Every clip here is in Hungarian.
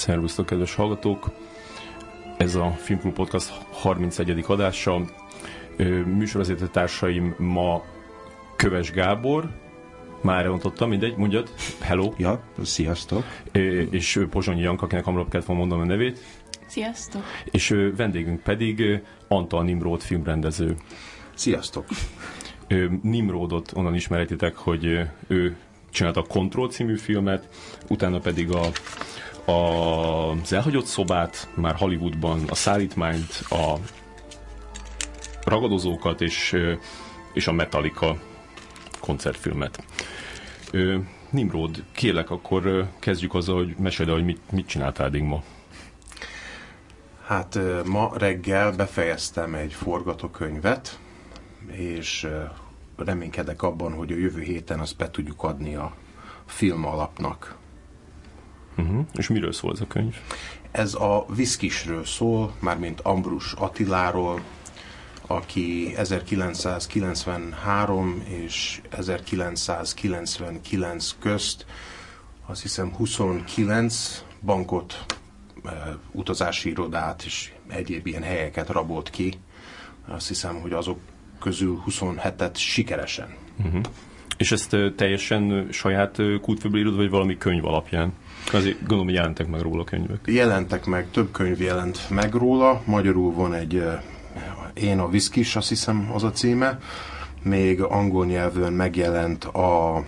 Szervusztok, kedves hallgatók! Ez a Filmklub Podcast 31. adása. Műsorvezető társaim ma Köves Gábor, már elmondottam, mindegy, mondjad, hello! Ja, sziasztok! És Pozsonyi Janka, akinek hamarabb kellett volna mondanom a nevét. Sziasztok! És vendégünk pedig Antal Nimród filmrendező. Sziasztok! Nimródot onnan ismerhetitek, hogy ő csinálta a Control című filmet, utána pedig az Elhagyott szobát, már Hollywoodban, a Szállítmányt, a Ragadozókat és a Metallica koncertfilmet. Nimród, kérlek, akkor kezdjük azzal, hogy mesélj el, hogy mit csináltál eddig ma. Hát ma reggel befejeztem egy forgatókönyvet, és reménykedek abban, hogy a jövő héten azt be tudjuk adni a film alapnak. És miről szól ez a könyv? Ez a Viszkisről szól, mármint Ambrus Attiláról, aki 1993 és 1999 közt, azt hiszem 29 bankot, utazási irodát és egyéb ilyen helyeket rabolt ki. Azt hiszem, hogy azok közül 27-et sikeresen. És ezt teljesen saját kultfőből írod, vagy valami könyv alapján? Azért gondolom, hogy jelentek meg róla könyvek. Jelentek meg, több könyv jelent meg róla. Magyarul van egy Én a Viszkis, azt hiszem az a címe. Még angol nyelven megjelent a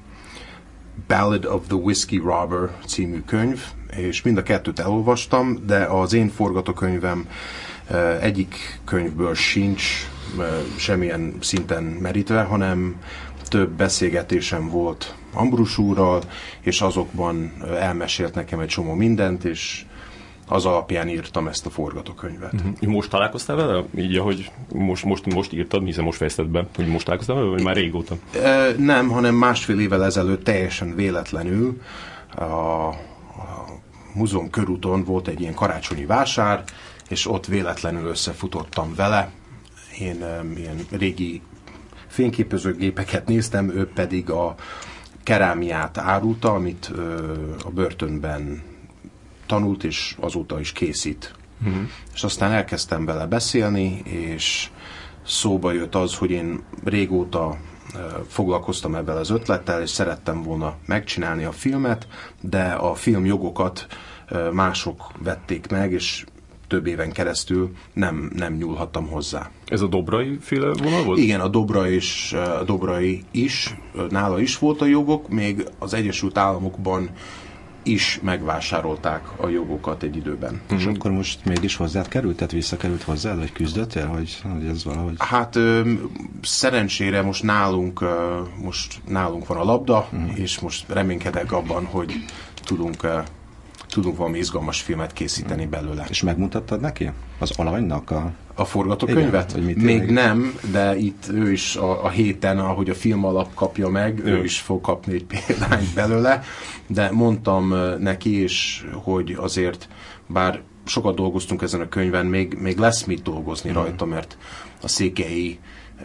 Ballad of the Whiskey Robber című könyv, és mind a kettőt elolvastam, de az én forgatókönyvem egyik könyvből sincs semmilyen szinten merítve, hanem több beszélgetésem volt Ambrus úrral, és azokban elmesélt nekem egy csomó mindent, és az alapján írtam ezt a forgatókönyvet. Most találkoztál vele? Így, ahogy most írtad, hiszen most fejezted be, hogy most találkoztál vele, vagy már régóta? Nem, hanem másfél évvel ezelőtt teljesen véletlenül a múzeum körúton volt egy ilyen karácsonyi vásár, és ott véletlenül összefutottam vele. Én ilyen régi fényképezőgépeket néztem, ő pedig a kerámiát árulta, amit a börtönben tanult, és azóta is készít. És aztán elkezdtem vele beszélni, és szóba jött az, hogy én régóta foglalkoztam ebben az ötlettel, és szerettem volna megcsinálni a filmet, de a filmjogokat mások vették meg, és több éven keresztül nem nyúlhattam hozzá. Ez a Dobrai féle vonal volt? Igen, a Dobrai is, nála is volt a jogok, még az Egyesült Államokban is megvásárolták a jogokat egy időben. És akkor most mégis hozzád került? Tehát visszakerült hozzád, vagy küzdöttél, hogy ez valahogy... Hát szerencsére most nálunk van a labda, és most reménykedek abban, hogy tudunk valami izgalmas filmet készíteni belőle. És megmutattad neki? Az alanynak a forgatókönyvet? Igen, még nem, de itt ő is a héten, ahogy a film alap kapja meg, ő is fog kapni egy példányt belőle, de mondtam neki is, hogy azért, bár sokat dolgoztunk ezen a könyven, még lesz mit dolgozni rajta, mert a székhelyi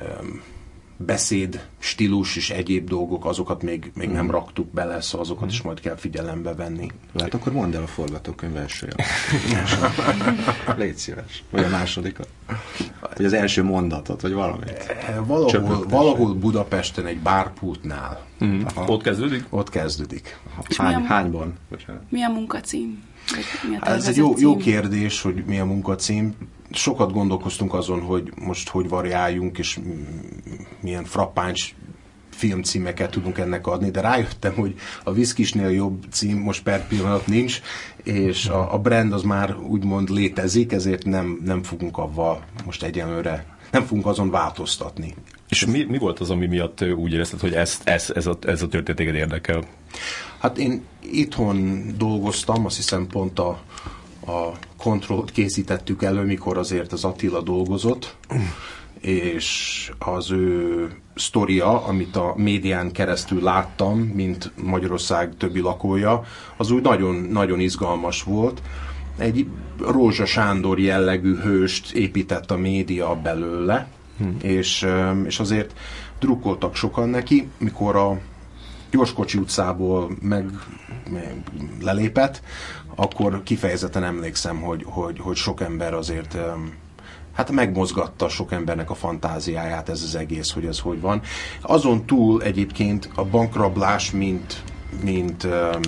beszéd, stílus és egyéb dolgok, azokat még nem raktuk bele, szóval azokat is majd kell figyelembe venni. Hát akkor mondd el a forgatókönyv első. Légy szíves. Vagy a másodikat. Vagy az első mondatot, vagy valamit. Valahol Budapesten egy bárpultnál. Ott kezdődik? Ott kezdődik. Hányban? Mi a munkacím? Ez egy jó kérdés, hogy mi a munkacím. Sokat gondolkoztunk azon, hogy most hogy variáljunk, és milyen frappáns filmcímeket tudunk ennek adni, de rájöttem, hogy a Viszkisnél jobb cím most per pillanat nincs, és a brand az már úgymond létezik, ezért nem fogunk avval most egyenlőre, nem fogunk azon változtatni. És mi volt az, ami miatt úgy érezted, hogy ez a történet téged érdekel? Hát én itthon dolgoztam, azt hiszem pont a Controlt készítettük elő, mikor azért az Attila dolgozott, és az ő sztoria, amit a médián keresztül láttam, mint Magyarország többi lakója, az úgy nagyon, nagyon izgalmas volt. Egy Rózsa Sándor jellegű hőst épített a média belőle, és azért drukkoltak sokan neki, mikor Gyorskocsi utcából meg lelépett, akkor kifejezetten emlékszem, hogy sok ember azért hát megmozgatta sok embernek a fantáziáját ez az egész, hogy ez hogy van. Azon túl egyébként a bankrablás, mint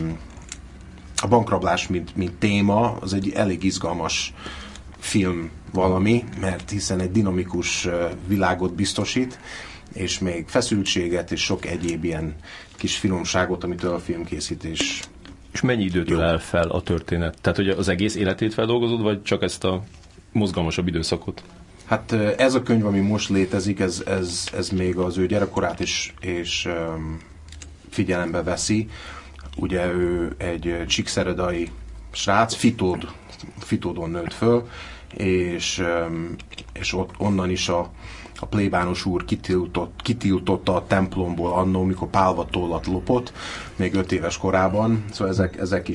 téma, az egy elég izgalmas film valami, mert hiszen egy dinamikus világot biztosít, és még feszültséget, és sok egyéb ilyen kis finomságot, amitől a filmkészítés. És mennyi időt ölel fel a történet? Tehát, hogy az egész életét feldolgozod, vagy csak ezt a mozgalmasabb időszakot? Hát ez a könyv, ami most létezik, ez még az ő gyerekkorát is figyelembe veszi. Ugye ő egy csíkszeredai srác, Fitódon nőtt föl, és ott onnan is a plébános úr kitiltotta a templomból annó, mikor pálvatollat lopott, még 5 éves korában, szóval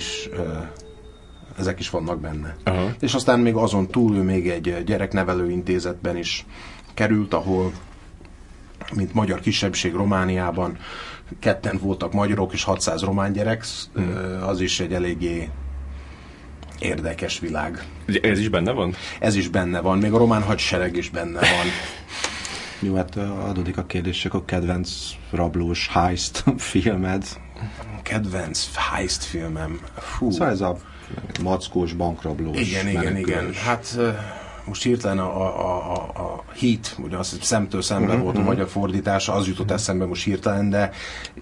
ezek is vannak benne. Uh-huh. És aztán még azon túl ő még egy gyereknevelő intézetben is került, ahol, mint magyar kisebbség Romániában, 2 voltak magyarok és 600 román gyerek, az is egy eléggé érdekes világ. Ez is benne van? Ez is benne van, még a román hadsereg is benne van. Jó, hát adódik a kérdés, csak a kedvenc rablós heist filmed. Kedvenc heist filmem? Fú. Szóval ez a mackós bankrablós. Igen. Hát most hirtelen a Heat, ugye azt hiszem Szemtől szembe volt a magyar fordítása, az jutott eszembe most hirtelen, de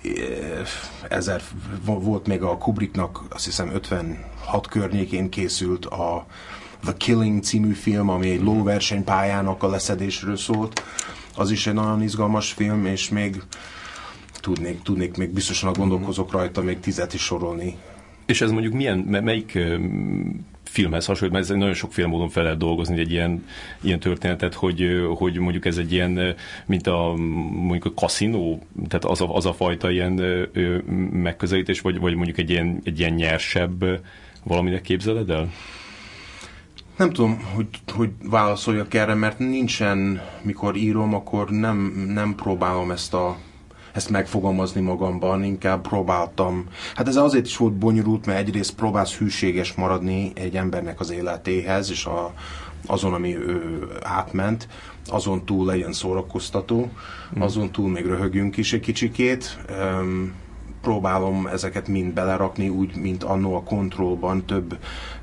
volt még a Kubricknak, azt hiszem 56 környékén készült a The Killing című film, ami egy lóversenypályának a leszedésről szólt. Az is egy nagyon izgalmas film, és még tudnék még biztosan gondolkozok rajta még 10 is sorolni. És ez mondjuk melyik filmhez hasonlít, mert ez nagyon sokféle módon fel lehet dolgozni egy ilyen történetet, hogy mondjuk ez egy ilyen, mint mondjuk a kaszinó, tehát az a fajta ilyen megközelítés, vagy mondjuk egy ilyen nyersebb valaminek képzeled el? Nem tudom, hogy válaszoljak erre, mert nincsen, mikor írom, akkor nem próbálom ezt megfogalmazni magamban, inkább próbáltam. Hát ez azért is volt bonyolult, mert egyrészt próbálsz hűséges maradni egy embernek az életéhez, és azon, ami ő átment, azon túl legyen szórakoztató, azon túl még röhögjünk is egy kicsikét. Próbálom ezeket mind belerakni, úgy, mint annó a Kontrollban több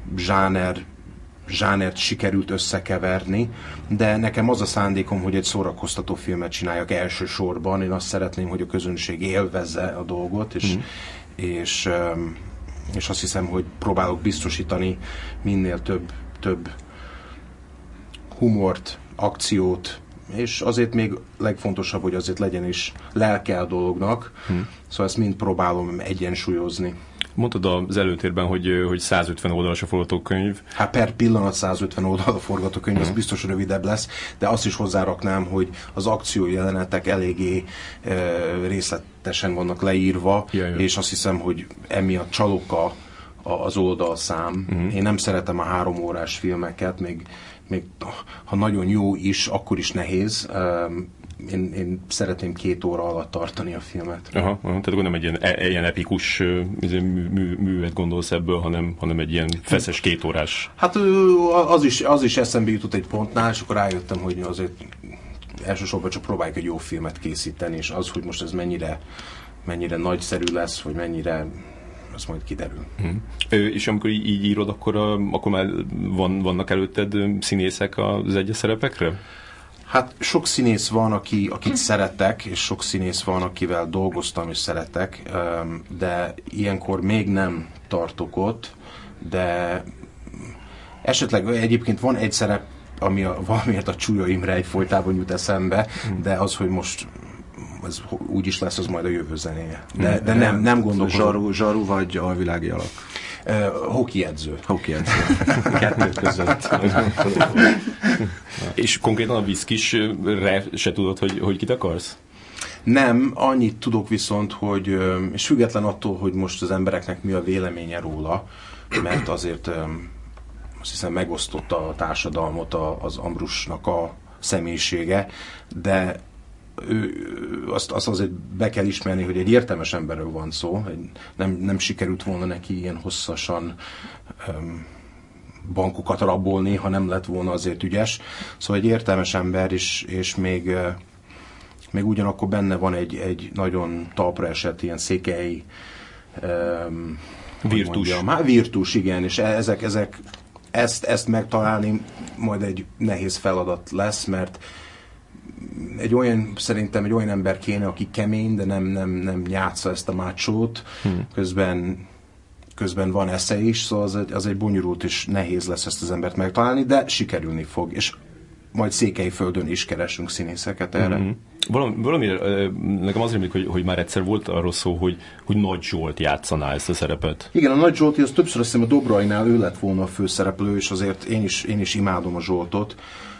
zsánert sikerült összekeverni, de nekem az a szándékom, hogy egy szórakoztató filmet csináljak elsősorban. Én azt szeretném, hogy a közönség élvezze a dolgot, és azt hiszem, hogy próbálok biztosítani minél több humort, akciót, és azért még legfontosabb, hogy azért legyen is lelke a dolognak, szóval ezt mind próbálom egyensúlyozni. Mondtad az előtérben, hogy 150 oldalas a forgatókönyv. Hát per pillanat 150 oldal a forgatókönyv, az biztos rövidebb lesz, de azt is hozzáraknám, hogy az akciójelenetek eléggé részletesen vannak leírva, és azt hiszem, hogy emiatt csalok az oldalszám. Én nem szeretem a 3 órás filmeket, még ha nagyon jó is, akkor is nehéz. Én szeretném 2 óra alatt tartani a filmet. Aha, tehát akkor nem egy ilyen epikus művet gondolsz ebből, hanem egy ilyen feszes 2 órás. Hát az is eszembe jutott egy pontnál, és akkor rájöttem, hogy azért elsősorban csak próbáljuk egy jó filmet készíteni, és az, hogy most ez mennyire nagyszerű lesz, vagy mennyire, az majd kiderül. És amikor így írod, akkor már vannak előtted színészek az egyes szerepekre? Hát sok színész van, akit szeretek, és sok színész van, akivel dolgoztam és szeretek, de ilyenkor még nem tartok ott, de esetleg egyébként van egy szerep, ami valamiért a Csúlya Imre egyfolytában jut eszembe, de az, hogy most ez úgy is lesz, az majd a jövő zenéje. De nem gondolkodom. Zsaru vagy alvilági alak? Hoki edző. Kettő között. És konkrétan a Viszkisre se tudod, hogy kit akarsz? Nem, annyit tudok viszont, hogy, és független attól, hogy most az embereknek mi a véleménye róla, mert azért azt hiszem megosztotta a társadalmat az Ambrusnak a személyisége, de azt azért be kell ismerni, hogy egy értelmes emberről van szó, nem sikerült volna neki ilyen hosszasan bankokat rabolni, ha nem lett volna azért ügyes. Szóval egy értelmes ember is, és még ugyanakkor benne van egy nagyon talpra esett ilyen székely virtus. Virtus, igen, és ezt megtalálni majd egy nehéz feladat lesz, mert szerintem egy olyan ember kéne, aki kemény, de nem játsza ezt a mácsót, közben van esze is, szóval az egy bonyolult és nehéz lesz ezt az embert megtalálni, de sikerülni fog, és majd Székelyföldön is keresünk színészeket erre. Mm-hmm. Valamire, nekem az rémlik, hogy már egyszer volt arról szó, hogy Nagy Zsolt játszaná ezt a szerepet. Igen, a Nagy Zsolti, az többször azt hiszem a Dobrainál ő lett volna a főszereplő, és azért én is imádom a Zsoltot.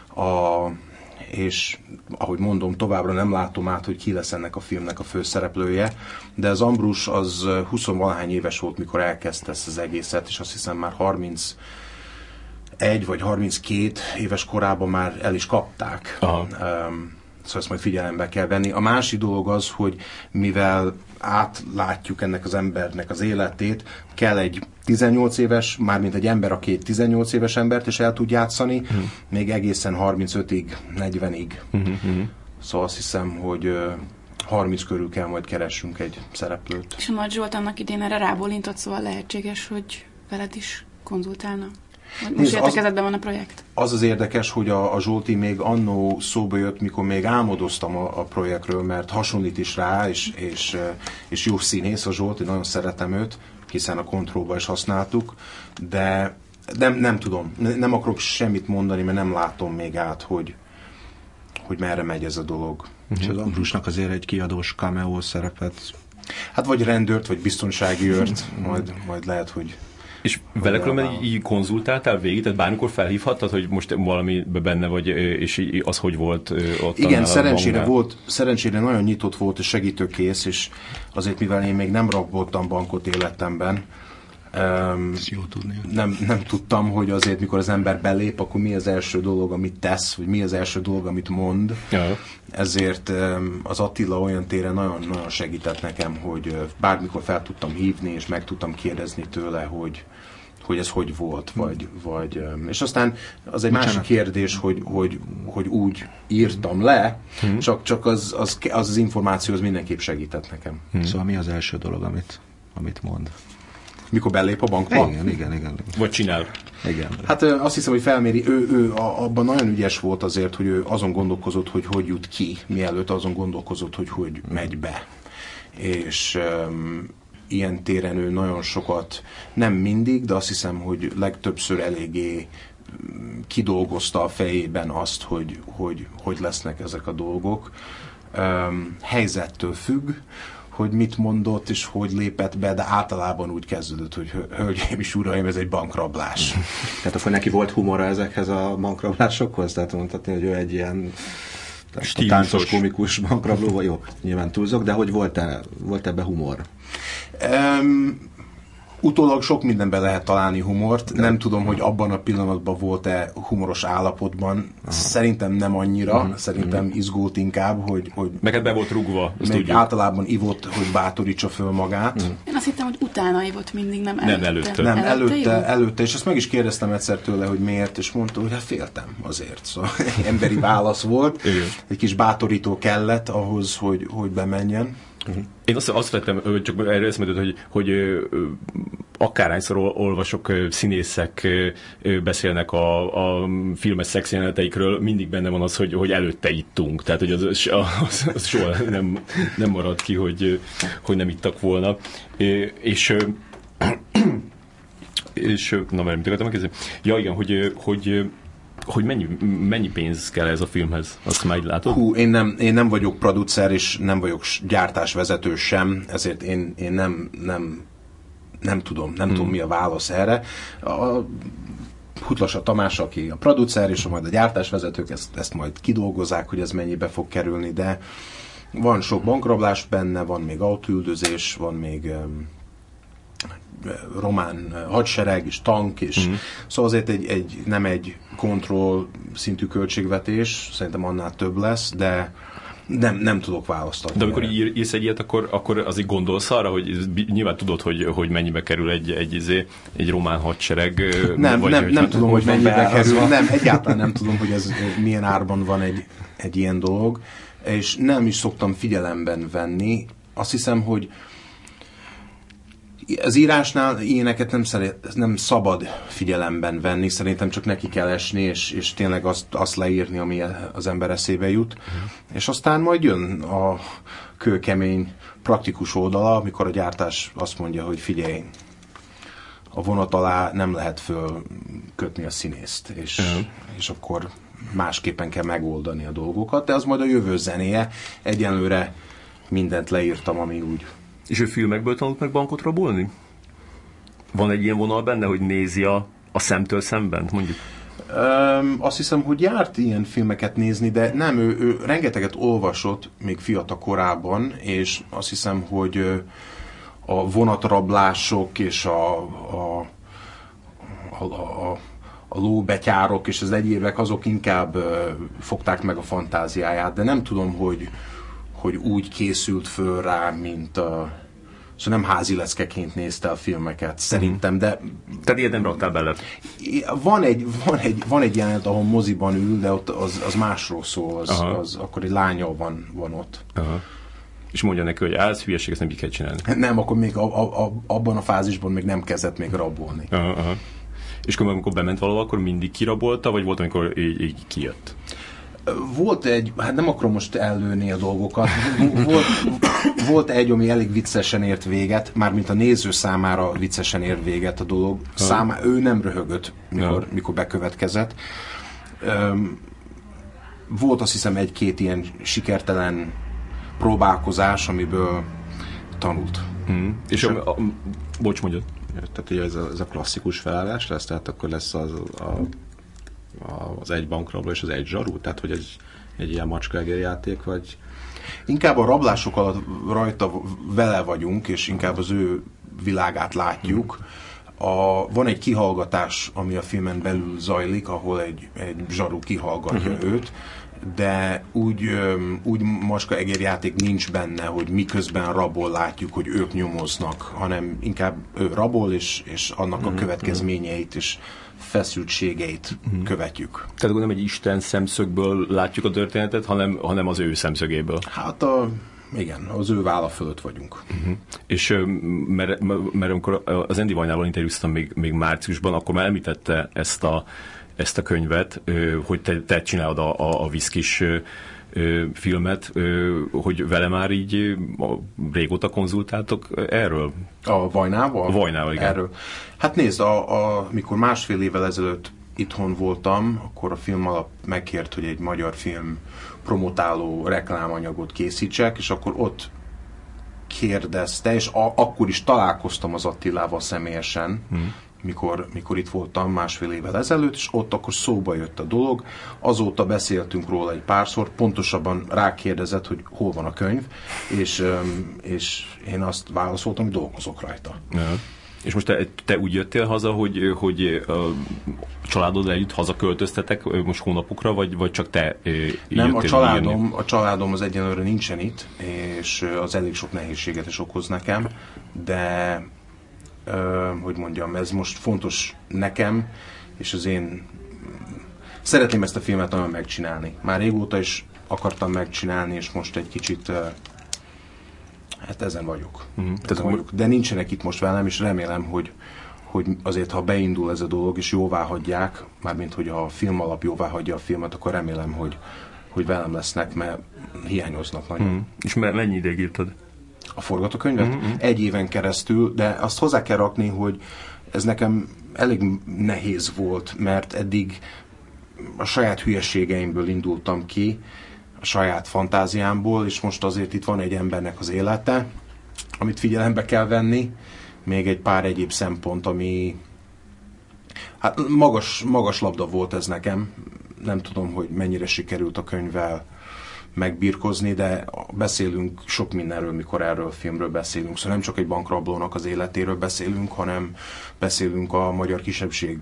És ahogy mondom, továbbra nem látom át, hogy ki lesz ennek a filmnek a főszereplője, de az Ambrus az 20-valahány éves volt, mikor elkezdte ezt az egészet, és azt hiszem már 31 vagy 32 éves korában már el is kapták. Szóval ezt majd figyelembe kell venni. A másik dolog az, hogy mivel átlátjuk ennek az embernek az életét, kell egy 18 éves, mármint egy ember, aki egy 18 éves embert is el tud játszani, még egészen 35-ig, 40-ig. Szóval azt hiszem, hogy 30 körül kell majd keressünk egy szereplőt. És a Nagy Zsolt annak idén erre rábólintott, szóval lehetséges, hogy veled is konzultálna? Most értekezetben van a projekt? Az érdekes, hogy a Zsolti még annó szóba jött, mikor még álmodoztam a projektről, mert hasonlít is rá, és jó színész a Zsolti, nagyon szeretem őt, hiszen a Controlba is használtuk, de nem tudom, nem akarok semmit mondani, mert nem látom még át, hogy merre megy ez a dolog. És az Ambrusnak azért egy kiadós cameo szerepet. Hát vagy rendőrt, vagy biztonsági őrt, majd lehet, hogy... És vele különben így konzultáltál végig? Tehát bármikor felhívhattad, hogy most valami benne vagy, és az hogy volt ott? Igen, szerencsére nagyon nyitott volt és segítőkész, és azért, mivel én még nem raboltam bankot életemben, jó tudni. Nem tudtam, hogy azért, mikor az ember belép, akkor mi az első dolog, amit tesz, vagy mi az első dolog, amit mond. Ja. Ezért az Attila olyan téren nagyon segített nekem, hogy bármikor fel tudtam hívni, és meg tudtam kérdezni tőle, hogy ez hogy volt, vagy és aztán az egy másik kérdés, hogy úgy írtam le, csak az információ az mindenképp segített nekem. Szóval mi az első dolog, amit mond? Mikor belép a bankba? Igen. Vagy csinál. Igen. Hát azt hiszem, hogy felméri, ő abban nagyon ügyes volt azért, hogy ő azon gondolkozott, hogy jut ki, mielőtt azon gondolkozott, hogy megy be. És ilyen téren ő nagyon sokat, nem mindig, de azt hiszem, hogy legtöbbször eléggé kidolgozta a fejében azt, hogy lesznek ezek a dolgok. Helyzettől függ, hogy mit mondott, és hogy lépett be, de általában úgy kezdődött, hogy hölgyeim és uraim, ez egy bankrablás. Tehát akkor neki volt humora ezekhez a bankrablásokhoz? Tehát mondhatni, hogy ő egy ilyen táncos, komikus bankrabló, vagy jó, nyilván túlzok, de hogy volt ebbe humor? Utólag sok mindenben lehet találni humort. Nem tudom, hogy abban a pillanatban volt-e humoros állapotban. Szerintem nem annyira. Szerintem izgult inkább, hogy meg be volt rúgva. Meg általában ivott, hogy bátorítsa föl magát. Én azt hittem, hogy utána ivott mindig, nem előtte. Nem, előtte. És ezt meg is kérdeztem egyszer tőle, hogy miért, és mondta, hogy hát féltem azért. Szóval emberi válasz volt. Egy kis bátorító kellett ahhoz, hogy bemenjen. Én azt vettem, csak erről eszembe hogy akárhányszor olvasok, színészek beszélnek a filmes szexjeleneteikről, mindig benne van az, hogy előtte ittunk. Tehát, hogy az soha nem marad ki, hogy nem ittak volna. És na, mert mit akartam megkérdezni? Ja, igen, hogy mennyi pénz kell ez a filmhez? Azt már így látod? Én nem vagyok producer, és nem vagyok gyártásvezető sem, ezért én nem tudom mi a válasz erre. A Hutlasa Tamás, aki a producer, és majd a gyártásvezetők ezt majd kidolgozzák, hogy ez mennyibe fog kerülni, de van sok bankrablás benne, van még autóüldözés, van még román hadsereg és tank, és szóval azért nem egy kontroll szintű költségvetés, szerintem annál több lesz, de Nem tudok választani. De amikor írsz egy ilyet, akkor azért gondolsz arra, hogy nyilván tudod, hogy mennyibe kerül egy román hadsereg? Nem tudom, hogy mennyibe kerül. Nem, egyáltalán nem tudom, hogy ez milyen árban van egy ilyen dolog, és nem is szoktam figyelemben venni. Azt hiszem, hogy az írásnál ilyeneket nem szabad figyelemben venni, szerintem csak neki kell esni, és tényleg azt leírni, ami az ember eszébe jut. És aztán majd jön a kőkemény praktikus oldala, amikor a gyártás azt mondja, hogy figyelj, a vonat alá nem lehet fölkötni a színészt, és akkor másképpen kell megoldani a dolgokat, de az majd a jövő zenéje. Egyenlőre mindent leírtam, ami úgy. És ő filmekből tanult meg bankot rabolni? Van egy ilyen vonal benne, hogy nézi a szemtől szemben, mondjuk? Azt hiszem, hogy járt ilyen filmeket nézni, de nem, ő rengeteget olvasott még fiatal korában, és azt hiszem, hogy a vonatrablások és a lóbetyárok és az egyébek azok inkább fogták meg a fantáziáját, de nem tudom, hogy úgy készült föl rá, mint szóval nem házileckeként nézte a filmeket, szerintem, de... Tehát ilyet nem raktál bele? Van egy jelenet, ahol moziban ül, de ott az másról szól, az akkor egy lánya van ott. Aha. És mondja neki, hogy ez hülyeség, ezt nem így kell csinálni. Nem, akkor még abban a fázisban még nem kezdett még rabolni. Aha. És amikor bement valahol, akkor mindig kirabolta, vagy volt, amikor így kijött? Volt egy, hát nem akarom most ellőni a dolgokat, volt egy, ami elég viccesen ért véget, mármint a néző számára viccesen ért véget a dolog. Ő nem röhögött, mikor bekövetkezett. Volt azt hiszem egy-két ilyen sikertelen próbálkozás, amiből tanult. És bocs, mondjad. Tehát ugye ez a klasszikus felállás lesz, tehát akkor lesz az egy bankrabló és az egy zsaru, tehát hogy egy ilyen macskaegérjáték, vagy... Inkább a rablások alatt rajta vele vagyunk, és inkább az ő világát látjuk. Van egy kihallgatás, ami a filmen belül zajlik, ahol egy zsaru kihallgatja őt, de úgy macskaegérjáték nincs benne, hogy miközben rabol látjuk, hogy ők nyomoznak, hanem inkább ő rabol, és annak a következményeit és feszültségeit követjük. Tehát nem egy Isten szemszögből látjuk a történetet, hanem az ő szemszögéből. Hát igen, az ő válla fölött vagyunk. És mert amikor az Andy Vajnával interjúztam még márciusban, akkor már említette ezt a könyvet, hogy te csinálod a viszkis filmet, hogy vele már így régóta konzultáltok erről? A Vajnával? A Vajnával, igen. Erről. Hát nézd, mikor másfél évvel ezelőtt itthon voltam, akkor a Film Alap megkért, hogy egy magyar film promotáló reklámanyagot készítsek, és akkor ott kérdezte, és akkor is találkoztam az Attilával személyesen, mikor itt voltam másfél évvel ezelőtt, és ott akkor szóba jött a dolog. Azóta beszéltünk róla egy párszor, pontosabban rákérdezett, hogy hol van a könyv, és én azt válaszoltam, hogy dolgozok rajta. Ja. És most te úgy jöttél haza, hogy a családod együtt hazaköltöztetek most hónapokra, vagy csak te nem, a családom az egyenlőre nincsen itt, és az elég sok nehézséget is okoz nekem, de hogy mondjam, ez most fontos nekem, és az én szeretném ezt a filmet nagyon megcsinálni. Már régóta is akartam megcsinálni, és most egy kicsit hát ezen vagyok. De nincsenek itt most velem, és remélem, hogy azért, ha beindul ez a dolog, és jóvá hagyják, mármint, hogy a Film Alap jóvá hagyja a filmet, akkor remélem, hogy velem lesznek, mert hiányoznak nagyon. És mennyi ideig írtad? A forgatókönyvet? 1 éven keresztül, de azt hozzá kell rakni, hogy ez nekem elég nehéz volt, mert eddig a saját hülyeségeimből indultam ki, a saját fantáziámból, és most azért itt van egy embernek az élete, amit figyelembe kell venni, még egy pár egyéb szempont, ami hát magas labda volt ez nekem. Nem tudom, hogy mennyire sikerült a könyvvel megbirkozni, de beszélünk sok mindenről, mikor erről a filmről beszélünk. Szóval nem csak egy bankrablónak az életéről beszélünk, hanem beszélünk a magyar kisebbség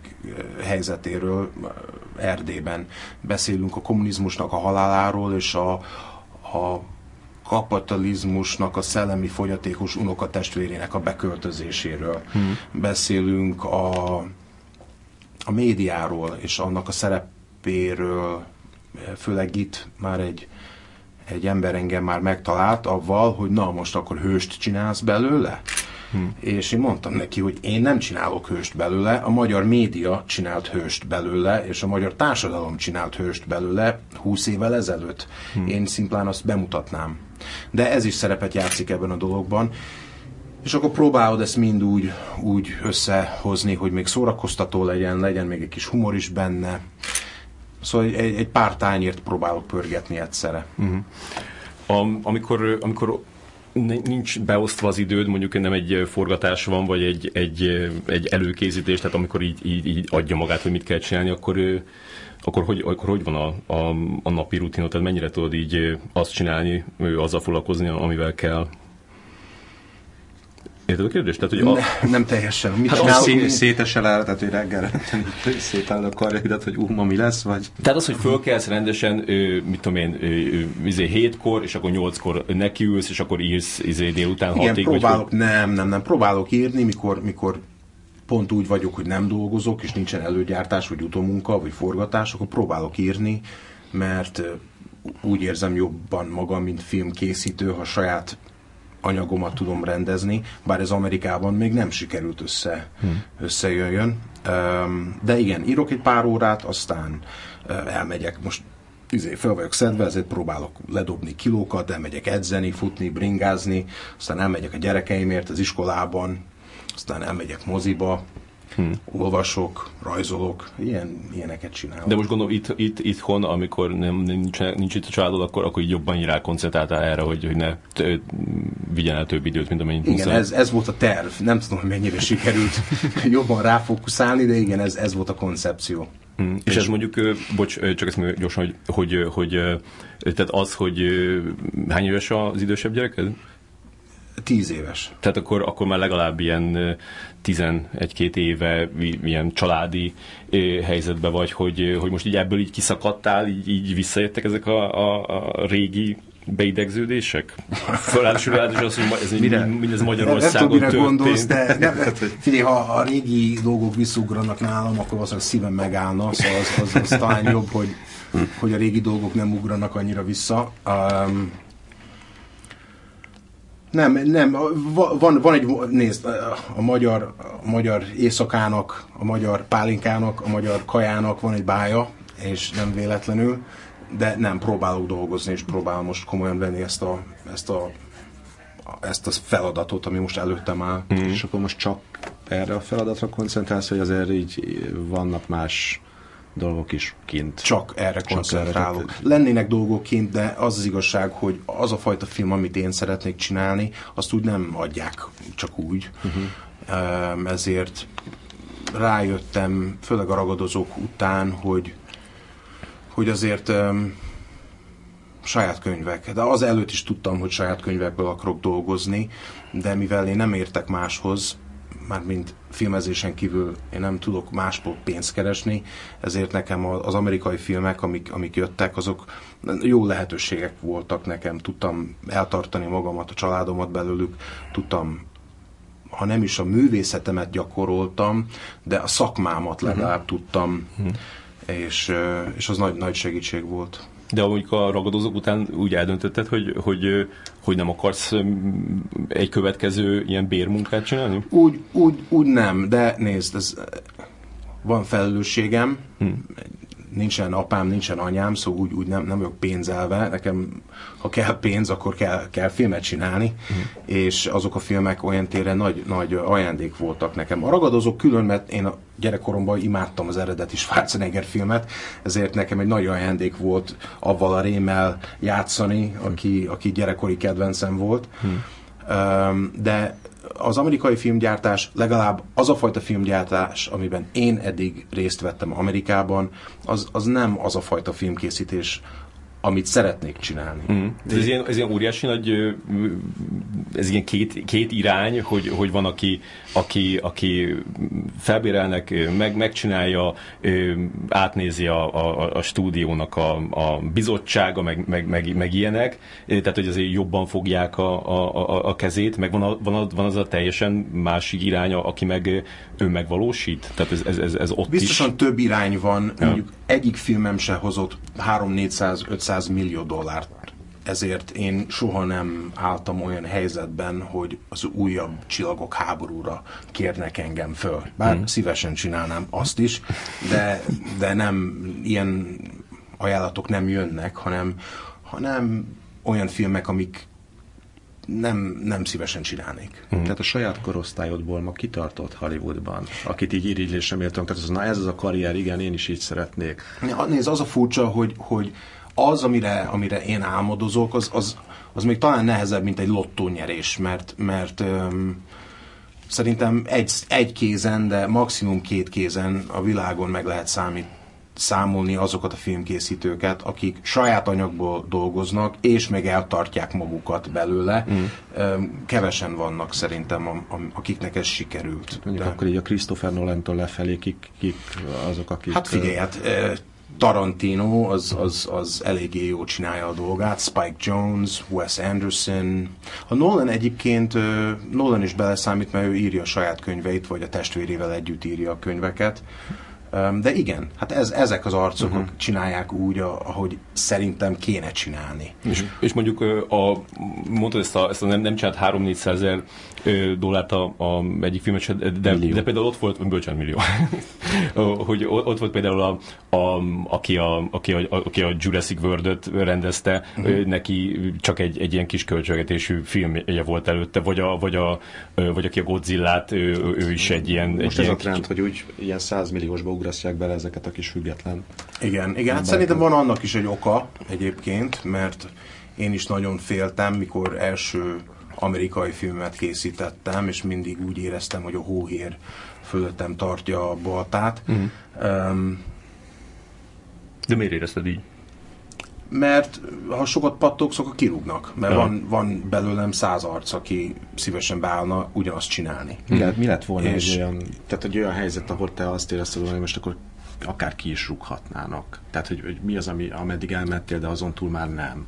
helyzetéről Erdélyben. Beszélünk a kommunizmusnak a haláláról, és a a kapitalizmusnak a szellemi fogyatékos unokatestvérének a beköltözéséről. Beszélünk a médiáról és annak a szerepéről, főleg itt már egy ember engem már megtalált avval, hogy na most akkor hőst csinálsz belőle? És én mondtam neki, hogy én nem csinálok hőst belőle, a magyar média csinált hőst belőle, és a magyar társadalom csinált hőst belőle 20 évvel ezelőtt. Én szimplán azt bemutatnám. De ez is szerepet játszik ebben a dologban. És akkor próbálod ezt mind úgy összehozni, hogy még szórakoztató legyen még egy kis humor is benne. Szóval egy pár tányért próbálok pörgetni egyszerre. Amikor nincs beosztva az időd, mondjuk nem egy forgatás van, vagy egy előkészítés, tehát amikor így adja magát, hogy mit kell csinálni, akkor hogy van a napi rutinod? Tehát mennyire tudod így azt csinálni, azzal foglalkozni, amivel kell? Érted a kérdést? Tehát, hogy nem teljesen. Mit szétesel el, tehát hogy reggel szétáll a karjaidat, hogy ma mi lesz, vagy? Tehát az, hogy fölkelsz rendesen, mit tudom én, 7-kor, és akkor 8-kor nekiülsz, és akkor írsz délután 6-ig. Igen, próbálok, nem, próbálok írni, mikor pont úgy vagyok, hogy nem dolgozok, és nincsen előgyártás, vagy utómunka, vagy forgatás, akkor próbálok írni, mert úgy érzem jobban magam, mint filmkészítő, ha saját anyagomat tudom rendezni, bár ez Amerikában még nem sikerült összejöjjön. De igen, írok egy pár órát, aztán elmegyek, most fel vagyok szedve, ezért próbálok ledobni kilókat, elmegyek edzeni, futni, bringázni, aztán elmegyek a gyerekeimért az iskolában, aztán elmegyek moziba, olvasok, rajzolok, ilyeneket csinálok. De most gondolom itthon, amikor nincs itt a családod, akkor így jobban rákoncentráltál erre, hogy ne vigyen el több időt, mint amennyit igen, ez volt a terv. Nem tudom, hogy mennyire sikerült jobban ráfókuszálni, de igen, ez volt a koncepció. És ez mondjuk, csak ezt még gyorsan, hogy tehát az, hogy hány éves az idősebb gyereked? 10 éves. Tehát akkor már legalább ilyen 11-2 éve ilyen családi helyzetben vagy, hogy most így ebből így kiszakadtál, így visszajöttek ezek a régi beidegződések? Fölállásról az, hogy mindez Magyarországon történt. Nem gondolsz, de figyelj, ha a régi dolgok visszugranak nálam, akkor valószínűleg szívem megállna, szóval az talán jobb, hogy a régi dolgok nem ugranak annyira vissza. Nem, van egy, nézd, a magyar éjszakának, a magyar pálinkának, a magyar kajának van egy bája, és nem véletlenül, de nem, próbálok dolgozni, és próbálom most komolyan venni ezt a feladatot, ami most előttem áll. És akkor most csak erre a feladatra koncentrálsz, hogy azért így vannak más dolgok is kint. Csak erre koncentrálok. Lennének dolgok kint, de az igazság, hogy az a fajta film, amit én szeretnék csinálni, azt úgy nem adják csak úgy. Ezért rájöttem, főleg a Ragadozók után, hogy azért saját könyvek. De az előtt is tudtam, hogy saját könyvekből akarok dolgozni, de mivel én nem értek máshoz, mármint filmezésen kívül én nem tudok másból pénzt keresni, ezért nekem az amerikai filmek, amik jöttek, azok jó lehetőségek voltak nekem. Tudtam eltartani magamat, a családomat belőlük, tudtam, ha nem is a művészetemet gyakoroltam, de a szakmámat legalább tudtam, és az nagy segítség volt. De amikor a Ragadozók után úgy eldöntötted, hogy nem akarsz egy következő ilyen bérmunkát csinálni? Úgy nem, de nézd, van felelősségem, nincsen apám, nincsen anyám, szóval úgy nem vagyok pénzelve. Nekem, ha kell pénz, akkor kell filmet csinálni, és azok a filmek olyan téren nagy ajándék voltak nekem. A Ragadozók külön, mert én a gyerekkoromban imádtam az eredeti Schwarzenegger filmet, ezért nekem egy nagy ajándék volt avval a rémmel játszani, aki gyerekkori kedvencem volt. De az amerikai filmgyártás, legalább az a fajta filmgyártás, amiben én eddig részt vettem Amerikában, az nem az a fajta filmkészítés, amit szeretnék csinálni. Ez ilyen óriási nagy ez ilyen két irány, hogy van, aki felbérelnek, megcsinálja, átnézi a stúdiónak a bizottsága, meg ilyenek, tehát hogy azért jobban fogják a kezét, meg van az a teljesen másik iránya, aki meg önmegvalósít? Tehát ez ott biztosan is. Több irány van, mondjuk egyik filmem se hozott 300-400-500 millió dollárt. Ezért én soha nem álltam olyan helyzetben, hogy az újabb Csillagok háborúra kérnek engem föl. Bár szívesen csinálnám azt is, de nem ilyen ajánlatok nem jönnek, hanem olyan filmek, amik nem szívesen csinálnék. Tehát a saját korosztályodból ma kitartott Hollywoodban, akit így irigylésre méltóan, tehát na ez az a karrier, igen, én is így szeretnék. Nézd, az a furcsa, hogy az, amire én álmodozok, az még talán nehezebb, mint egy lottónyerés, mert szerintem egy kézen, de maximum 2 kézen a világon meg lehet számolni azokat a filmkészítőket, akik saját anyagból dolgoznak, és meg eltartják magukat belőle. Kevesen vannak szerintem, akiknek ez sikerült. Mondjuk akkor így a Christopher Nolan-tól lefelé kik azok, akik... Hát figyelj, Tarantino az eléggé jól csinálja a dolgát, Spike Jonze, Wes Anderson. A Nolan egyébként, Nolan is beleszámít, mert ő írja a saját könyveit, vagy a testvérével együtt írja a könyveket. De igen, hát ezek az arcok csinálják úgy, ahogy szerintem kéne csinálni. És mondjuk mondtad ezt a nem csinált 3-400 ezer dollárt egyik filmet, de például ott volt, bocsánat, millió, hogy ott volt például aki a Jurassic World-öt rendezte, neki csak egy ilyen kis költségvetésű filmje volt előtte, vagy aki a Godzillát, ő is egy ilyen... Most ez a trend, hogy úgy ilyen 100 milliósba ugrasztják bele ezeket a kis független. Igen, hát szerintem van annak is egy oka egyébként, mert én is nagyon féltem, mikor első amerikai filmet készítettem, és mindig úgy éreztem, hogy a hóhér fölöttem tartja a baltát. De miért érezted így? mert ha sokat pattogsz, akkor kirúgnak. Mert van belőlem 100 arc, aki szívesen beállna ugyanazt csinálni. Mi lett volna egy olyan helyzet, ahol te azt érezted, hogy most akkor akár ki is rúghatnának? Tehát, hogy mi az, ameddig elmentél, de azon túl már nem?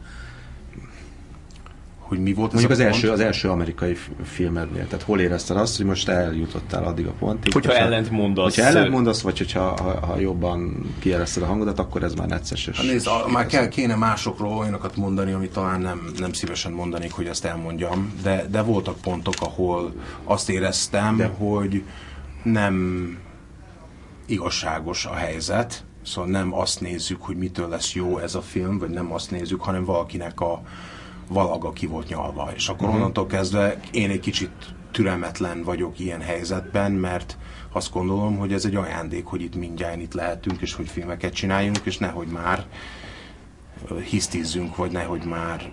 Hogy mi volt mondjuk az első amerikai filmednél. Tehát hol érezted azt, hogy most eljutottál addig a pontig? Hogyha ellent mondasz, vagy hogyha jobban kiereszted a hangodat, akkor ez már necces. Nézd, már kéne másokról olyanokat mondani, amit talán nem szívesen mondanék, hogy ezt elmondjam, de voltak pontok, ahol azt éreztem, hogy nem igazságos a helyzet, szóval nem azt nézzük, hogy mitől lesz jó ez a film, vagy nem azt nézzük, hanem valakinek a valaga ki volt nyalva. És akkor onnantól kezdve én egy kicsit türelmetlen vagyok ilyen helyzetben, mert azt gondolom, hogy ez egy ajándék, hogy itt mindjárt itt lehetünk, és hogy filmeket csináljunk, és nehogy már hisztizzünk, vagy nehogy már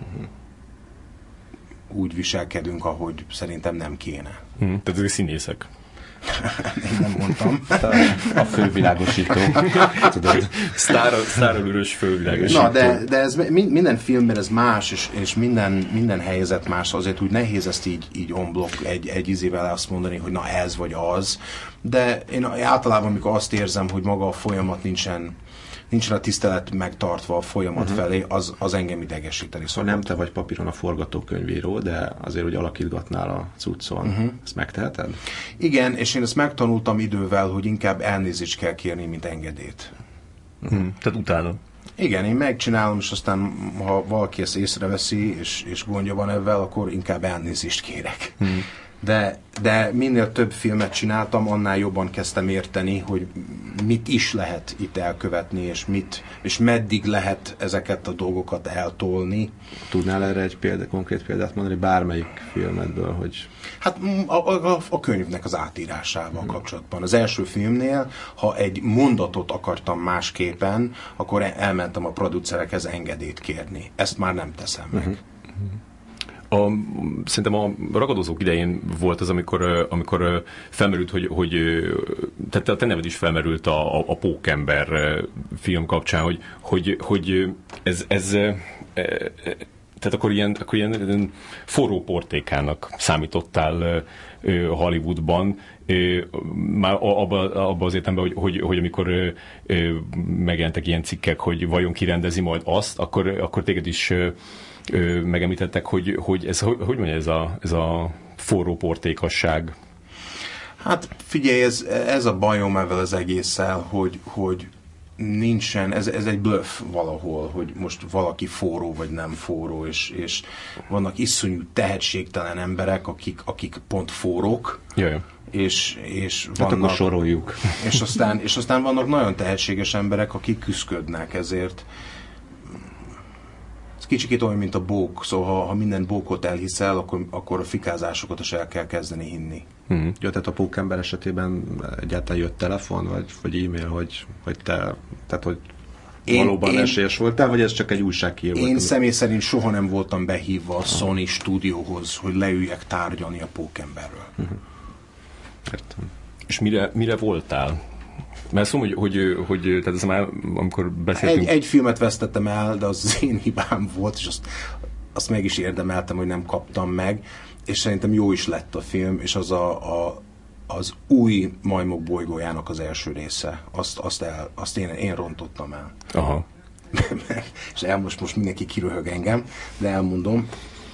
úgy viselkedünk, ahogy szerintem nem kéne. Tehát ezek színészek. Én nem mondtam. A fővilágosító. Sztárölőrös fővilágosító. Na, de ez minden filmben ez más, és minden helyzet más, azért úgy nehéz ezt így on-block egy izével azt mondani, hogy na ez vagy az. De én általában, amikor azt érzem, hogy maga a folyamat nincsen a tisztelet megtartva a folyamat felé, az engem idegesíteni. Szóval nem te vagy papíron a forgatókönyvíró, de azért, hogy alakítgatnál a cuccon. Ezt megteheted? Igen, és én ezt megtanultam idővel, hogy inkább elnézést kell kérni, mint engedélyt. Tehát utána. Igen, én megcsinálom, és aztán, ha valaki ezt észreveszi, és gondja van ebben, akkor inkább elnézést kérek. De minél több filmet csináltam, annál jobban kezdtem érteni, hogy mit is lehet itt elkövetni, és meddig lehet ezeket a dolgokat eltolni. Tudnál erre egy konkrét példát mondani, bármelyik filmedből, hogy... Hát a könyvnek az átírásával kapcsolatban. Az első filmnél, ha egy mondatot akartam másképpen, akkor elmentem a producerekhez engedélyt kérni. Ezt már nem teszem meg. Szerintem a Ragadozók idején volt az, amikor felmerült, hogy tehát a te neved is felmerült a Pókember film kapcsán, hogy ez tehát akkor ilyen forró portékának számítottál Hollywoodban, már abban az értelemben, hogy amikor megjelentek ilyen cikkek, hogy vajon kirendezi majd azt, akkor téged is megemlítettek, hogy hogy mondja ez a forró portékasság. Hát figyelj, ez a bajom ezzel az egésszel, hogy nincsen, ez egy bluff valahol, hogy most valaki forró vagy nem forró, és vannak iszonyú tehetségtelen emberek, akik pont forrók, Jaj. és hát vannak, akkor soroljuk. És aztán vannak nagyon tehetséges emberek, akik küszködnek, ezért ez kicsikét olyan, mint a bók, szóval ha minden bókot elhiszel, akkor a fikázásokat is el kell kezdeni hinni. Jó, tehát a pókember esetében egyáltalán jött telefon, vagy e-mail, hogy te, tehát hogy valóban esélyes voltál, vagy ez csak egy újságíró volt? Én személy szerint soha nem voltam behívva a Sony stúdióhoz, hogy leüljek tárgyalni a pókemberről. Értem. És mire voltál? Mert azt mondom, hogy tehát ez már, amikor beszéltünk... Egy filmet vesztettem el, de az én hibám volt, és azt meg is érdemeltem, hogy nem kaptam meg, és szerintem jó is lett a film, és az új Majmok bolygójának az első része. Azt én rontottam el. Aha. És most mindenki kiröhög engem, de elmondom.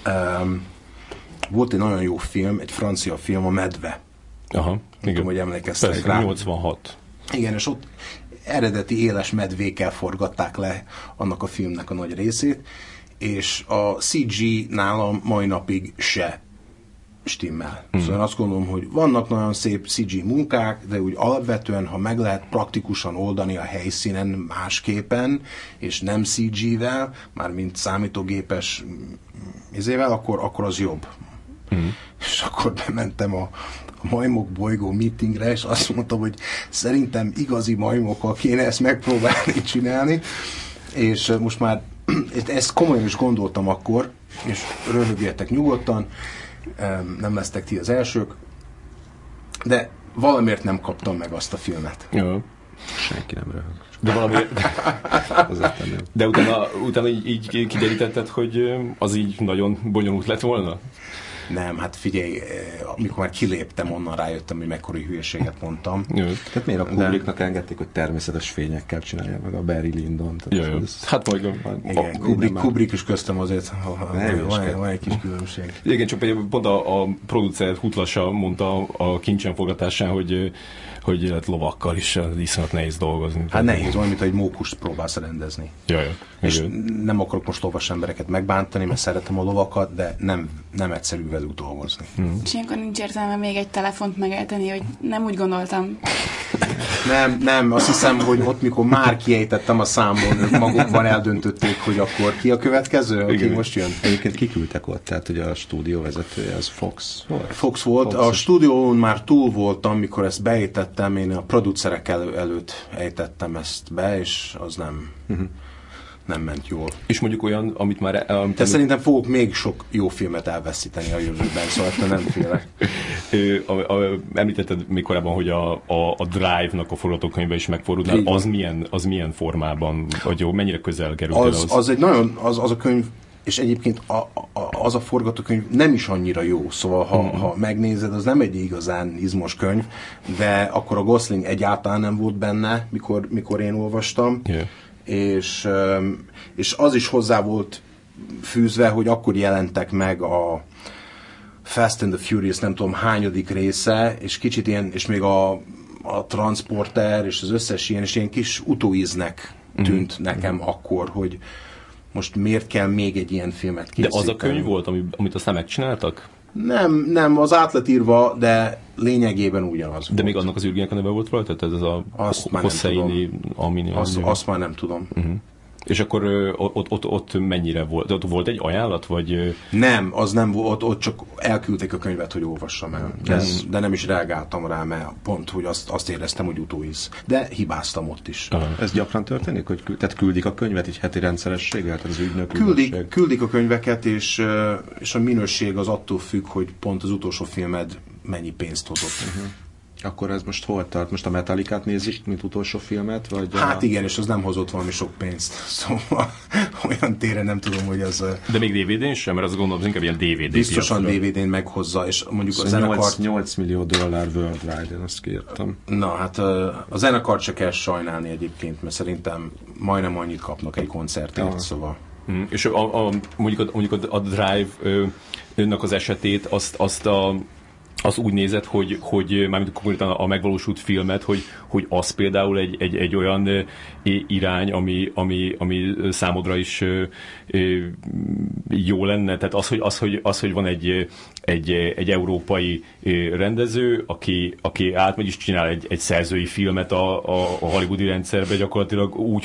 Volt egy nagyon jó film, egy francia film, a Medve. Aha. Nem tudom, hogy emlékeztek persze, rá. 86. Igen, és ott eredeti éles medvékkel forgatták le annak a filmnek a nagy részét, és a CG nálam mai napig se stimmel. Szóval én azt gondolom, hogy vannak nagyon szép CG munkák, de úgy alapvetően, ha meg lehet praktikusan oldani a helyszínen másképpen, és nem CG-vel, mármint számítógépes izével, akkor az jobb. És akkor bementem a Majmok bolygó meetingre, és azt mondtam, hogy szerintem igazi majmokkal kéne ezt megpróbálni csinálni, és most már ezt komolyan is gondoltam akkor, és röhögjetek nyugodtan, nem lesztek ti az elsők, de valamiért nem kaptam meg azt a filmet. Jó. Senki nem röhög. De valami... De utána így kiderítetted, hogy az így nagyon bonyolult lett volna? Nem, hát figyelj, amikor már kiléptem onnan, rájöttem, hogy mekkora hülyeséget mondtam. Jó. Tehát miért a Kubricknak engedték, hogy természetes fényekkel csinálja meg a Barry Lyndon? Jó. Hát majd Kubrick is köztem azért, van egy kis különbség. Igen, csak pont a producer Hutlasa mondta a Kincsen forgatásán, hogy hát lovakkal is iszonyat nehéz dolgozni. Hát nehéz, olyan, mint egy mókust próbálsz rendezni. Jaj. És nem akarok most lovas embereket megbántani, mert szeretem a lovakat, de nem egyszerű velük dolgozni. És ilyenkor nincs értelme még egy telefont megelteni, hogy nem úgy gondoltam. Nem, azt hiszem, hogy ott, mikor már kiejtettem a számból, ők magukban eldöntötték, hogy akkor ki a következő, aki most jön. Egyébként kiküldtek ott, tehát hogy a stúdió vezetője az Fox volt? Fox volt. A stúdión már túl voltam, mikor ezt beejtettem, én a producerek előtt ejtettem ezt be, és az nem ment jól. És mondjuk olyan, amit már... De szerintem fogok még sok jó filmet elveszíteni a jövőben, szóval nem félek. Említetted még korábban, hogy a Drive-nak a forgatókönyve is megfordult. Az milyen formában, vagy jó, mennyire közel került el az? Az egy nagyon, az a könyv, és egyébként az a forgatókönyv nem is annyira jó, szóval ha megnézed, az nem egy igazán izmos könyv, de akkor a Gosling egyáltalán nem volt benne, mikor én olvastam. Yeah. És az is hozzá volt fűzve, hogy akkor jelentek meg a Fast and the Furious, nem tudom hányadik része, és kicsit ilyen, és még a Transporter, és az összes ilyen kis utóíznek tűnt nekem akkor, hogy most miért kell még egy ilyen filmet készíteni. De az a könyv volt, amit aztán megcsináltak? Nem, az át lett írva, de lényegében ugyanaz volt. De még annak az űrgének a neve volt rajta? Tehát ez a Hosseini Amini. Azt már nem tudom. És akkor ott mennyire volt? Ott volt egy ajánlat, vagy... Nem, az nem volt, ott csak elküldték a könyvet, hogy olvassam el. De nem is reagáltam rá, mert pont, hogy azt éreztem, hogy utóisz. De hibáztam ott is. Ez gyakran történik, hogy tehát küldik a könyvet így heti rendszerességgel? Tehát az ügynök küldik a könyveket, és a minőség az attól függ, hogy pont az utolsó filmed mennyi pénzt hozott. Akkor ez most hol tart? Most a Metallicát nézik, mint utolsó filmet? Vagy hát igen, és az nem hozott valami sok pénzt. Szóval olyan téren nem tudom, hogy az... De még DVD-n sem? Mert azt gondolom, inkább ilyen DVD biztosan DVD-n meghozza, és mondjuk szóval a zenekart... 8 millió dollár worldwide, én azt kértem. Na, hát a zenekart se kell sajnálni egyébként, mert szerintem majdnem annyit kapnak egy koncertért, szóval... És mondjuk a Drive önnek az esetét, az úgy nézett, hogy mármint konkrétan a megvalósult filmet, hogy az például egy olyan irány, ami számodra is jó lenne. Tehát az, hogy van egy európai rendező, aki átmegy és csinál egy szerzői filmet a hollywoodi rendszerbe gyakorlatilag úgy,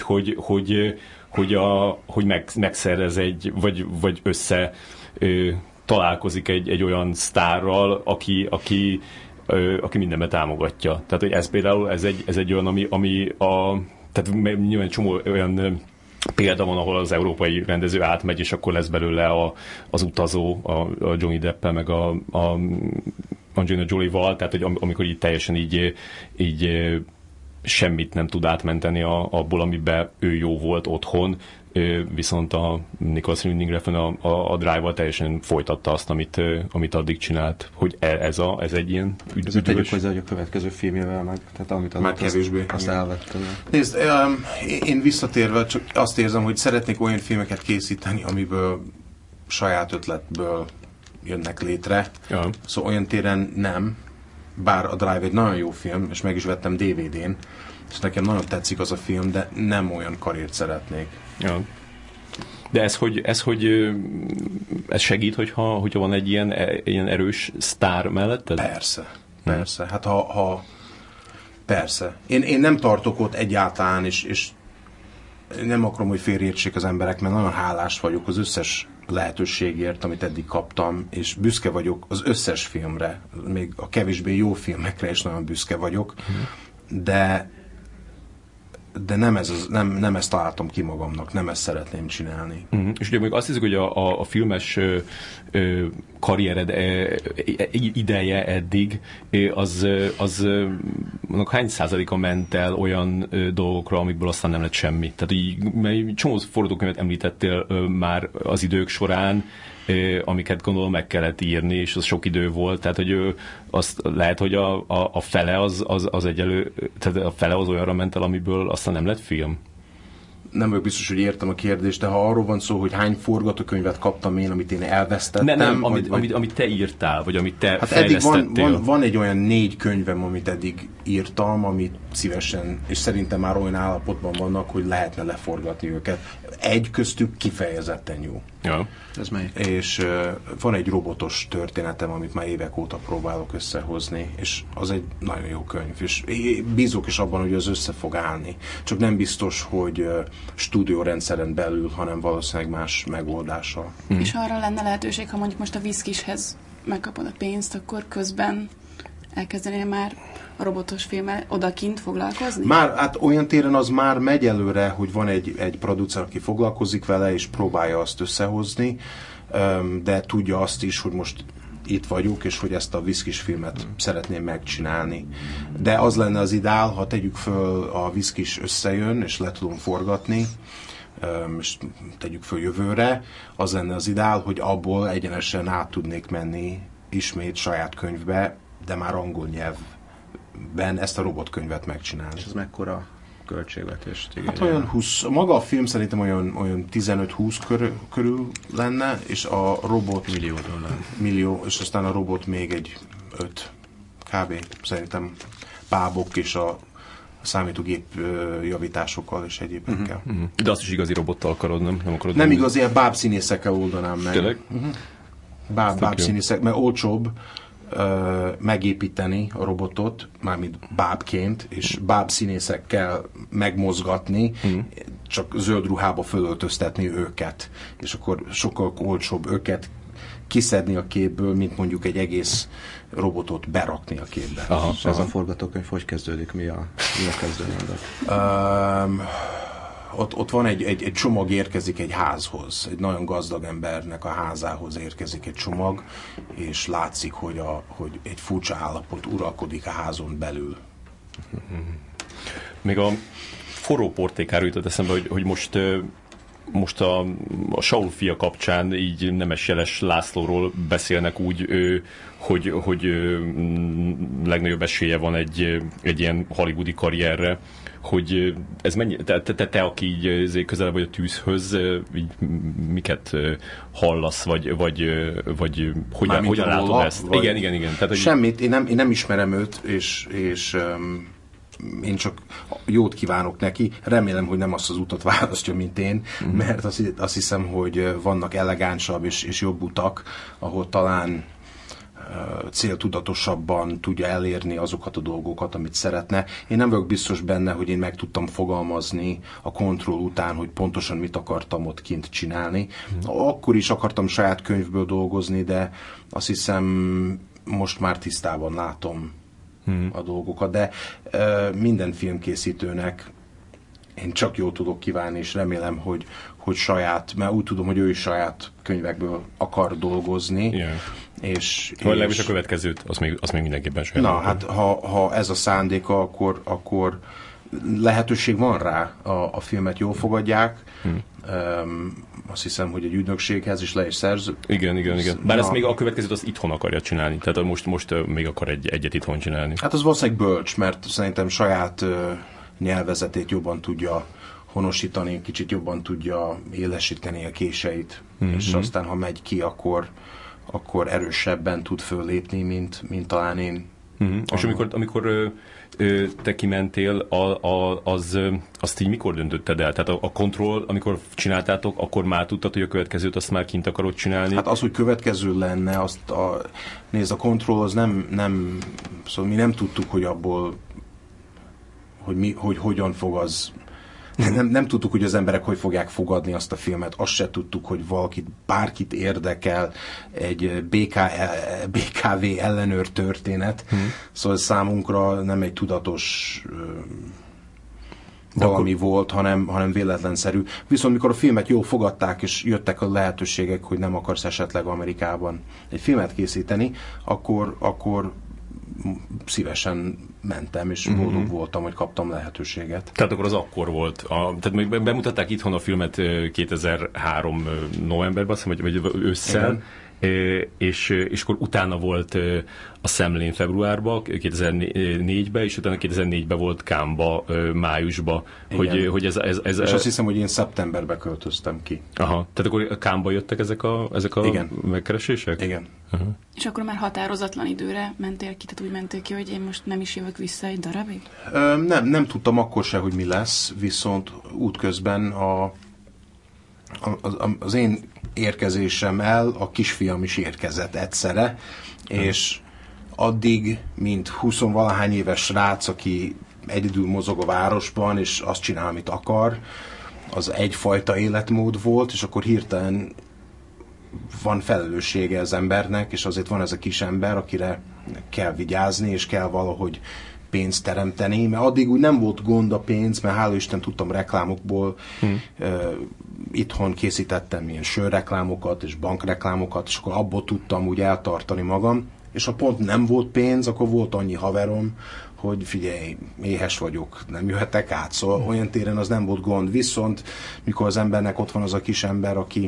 hogy megszerez vagy össze találkozik egy olyan sztárral, aki mindenben támogatja. Tehát, hogy ez például, ez egy olyan, tehát nyilván csomó olyan példa van, ahol az európai rendező átmegy, és akkor lesz belőle az utazó, a Johnny Deppel, meg a Angelina Jolie-val, tehát, hogy amikor így teljesen így semmit nem tud átmenteni abból, amiben ő jó volt otthon, viszont a Nicholas Winding Refn a Drive-val teljesen folytatta azt, amit addig csinált. Hogy ez egy ilyen üdvös. Tegyük hozzá, hogy a következő filmjével meg, tehát amit már kevésbé. Azt elvettem. Nézd, én visszatérve csak azt érzem, hogy szeretnék olyan filmeket készíteni, amiből saját ötletből jönnek létre. Ja. Szóval olyan téren nem. Bár a Drive egy nagyon jó film, és meg is vettem DVD-n, és nekem nagyon tetszik az a film, de nem olyan karriert szeretnék. Ja. De ez segít, hogyha van egy ilyen erős sztár melletted? Persze. Hát persze. Én nem tartok ott egyáltalán, és nem akarom, hogy félreértsék az emberek, mert nagyon hálás vagyok az összes lehetőségért, amit eddig kaptam, és büszke vagyok az összes filmre, még a kevésbé jó filmekre is nagyon büszke vagyok, de nem ezt találtam ki magamnak, nem ezt szeretném csinálni. És ugye még azt hiszük, hogy a filmes karriered ideje eddig, az hány százaléka ment el olyan dolgokra, amikből aztán nem lett semmi? Tehát így csomó forgatókönyvet említettél már az idők során, amiket gondolom meg kellett írni, és az sok idő volt, tehát hogy azt lehet, hogy a fele az egyelő, tehát a fele az olyanra ment el, amiből aztán nem lett film? Nem vagyok biztos, hogy értem a kérdést, de ha arról van szó, hogy hány forgatókönyvet kaptam én, amit én elvesztettem... Nem, amit te írtál, vagy amit te fejlesztettél. Eddig van egy olyan 4 könyvem, amit eddig írtam, amit szívesen, és szerintem már olyan állapotban vannak, hogy lehetne leforgatni őket. Egy köztük kifejezetten jó. Ja. Ez melyik? És van egy robotos történetem, amit már évek óta próbálok összehozni, és az egy nagyon jó könyv, és bízok is abban, hogy az össze fog állni. Csak nem biztos, hogy stúdiórendszeren belül, hanem valószínűleg más megoldással. És arra lenne lehetőség, ha mondjuk most a Viszkishez megkapod a pénzt, akkor közben elkezdenél már a robotos filmmel odakint foglalkozni? Már, hát olyan téren az már megy előre, hogy van egy producer, aki foglalkozik vele, és próbálja azt összehozni, de tudja azt is, hogy most itt vagyok, és hogy ezt a Viszkis filmet szeretném megcsinálni. De az lenne az ideál, ha tegyük föl, a Viszkis összejön, és le tudom forgatni, és tegyük föl jövőre, az lenne az ideál, hogy abból egyenesen át tudnék menni ismét saját könyvbe, de már angol nyelvben ezt a robotkönyvet megcsinálni. És ez mekkora költségvetést igényel? Hát olyan 20, maga a film szerintem olyan 15-20 körül lenne, és a robot... millió, és aztán a robot még egy 5 kb. Szerintem bábok és a számítógép javításokkal és egyébekkel. De azt is igazi robottal akarod, nem akarod? Nem igazi, a bábszínészekkel oldanám meg. Tényleg? Bábszínészek, mert olcsóbb megépíteni a robotot, mármint bábként, és bábszínészekkel megmozgatni, csak zöld ruhába fölöltöztetni őket. És akkor sokkal olcsóbb őket kiszedni a képből, mint mondjuk egy egész robotot berakni a képbe. És ez a forgatókönyv hogy kezdődik? Mi a kezdőmondat? ott van egy csomag érkezik egy házhoz, egy nagyon gazdag embernek a házához érkezik egy csomag, és látszik, hogy egy furcsa állapot uralkodik a házon belül. Még a forró portékáról jutott eszembe, hogy most a Saul fia kapcsán így Nemes Jeles Lászlóról beszélnek úgy, hogy legnagyobb esélye van egy ilyen hollywoodi karrierre, hogy ez mennyi, te aki így közelebb vagy a tűzhöz, így miket hallasz, vagy hogyan látod ezt? Vagy... Igen. Tehát, hogy... Semmit, én nem ismerem őt, és én csak jót kívánok neki. Remélem, hogy nem azt az utat választja, mint én, mert azt hiszem, hogy vannak elegánsabb és jobb utak, ahol talán céltudatosabban tudja elérni azokat a dolgokat, amit szeretne. Én nem vagyok biztos benne, hogy én meg tudtam fogalmazni a Control után, hogy pontosan mit akartam ott kint csinálni. Akkor is akartam saját könyvből dolgozni, de azt hiszem most már tisztában látom a dolgokat, de minden filmkészítőnek én csak jót tudok kívánni, és remélem, hogy saját, mert úgy tudom, hogy ő is saját könyvekből akar dolgozni. Yeah. Vagy legalábbis a következőt, azt még mindenképpen saját. Na, hát ha ez a szándéka, akkor lehetőség van rá, a filmet jól fogadják. Azt hiszem, hogy egy ügynökséghez is le is szerző. Igen. Bár ezt még a következőt azt itthon akarja csinálni. Tehát most még akar egyet itthon csinálni. Hát az valószínűleg bölcs, mert szerintem saját nyelvezetét jobban tudja honosítani, kicsit jobban tudja élesíteni a késeit. És aztán, ha megy ki, akkor erősebben tud föllépni, mint talán én. És amikor te kimentél, azt így mikor döntötted el? Tehát a Control, amikor csináltátok, akkor már tudtad, hogy a következőt azt már kint akarod csinálni? Hát az, hogy következő lenne, nézd, a Control az nem szóval mi nem tudtuk, hogy abból hogy hogyan fog az... Nem tudtuk, hogy az emberek hogy fogják fogadni azt a filmet, azt se tudtuk, hogy bárkit érdekel egy BKV ellenőr történet. Szóval számunkra nem egy tudatos valami volt, hanem véletlenszerű. Viszont mikor a filmet jól fogadták, és jöttek a lehetőségek, hogy nem akarsz esetleg Amerikában egy filmet készíteni, akkor szívesen mentem, és boldog voltam, hogy kaptam lehetőséget. Tehát akkor akkor volt. Tehát bemutatták itthon a filmet 2003 novemberben, azt hiszem, vagy ősszel, és akkor utána volt a Szemlén februárban, 2004-ben, és utána 2004-ben volt Cannes-ba, májusban. Hogy ez és azt hiszem, hogy én szeptemberben költöztem ki. Aha, tehát akkor Cannes-ba jöttek ezek a megkeresések? Igen. És akkor már határozatlan időre mentél ki, tehát úgy mentél ki, hogy én most nem is jövök vissza egy darabig? Nem tudtam akkor se, hogy mi lesz, viszont útközben az én érkezésemmel a kisfiam is érkezett egyszerre, és addig, mint 20-valahány éves srác, aki egyedül mozog a városban, és azt csinál, amit akar, az egyfajta életmód volt, és akkor hirtelen van felelőssége az embernek, és azért van ez a kis ember, akire kell vigyázni, és kell valahogy pénzt teremteni, mert addig úgy nem volt gond a pénz, mert hála Isten tudtam reklámokból, itthon készítettem ilyen sörreklámokat és bankreklámokat, és akkor abból tudtam úgy eltartani magam, és ha pont nem volt pénz, akkor volt annyi haverom, hogy figyelj, éhes vagyok, nem jöhetek át, szóval olyan téren az nem volt gond, viszont mikor az embernek ott van az a kis ember, aki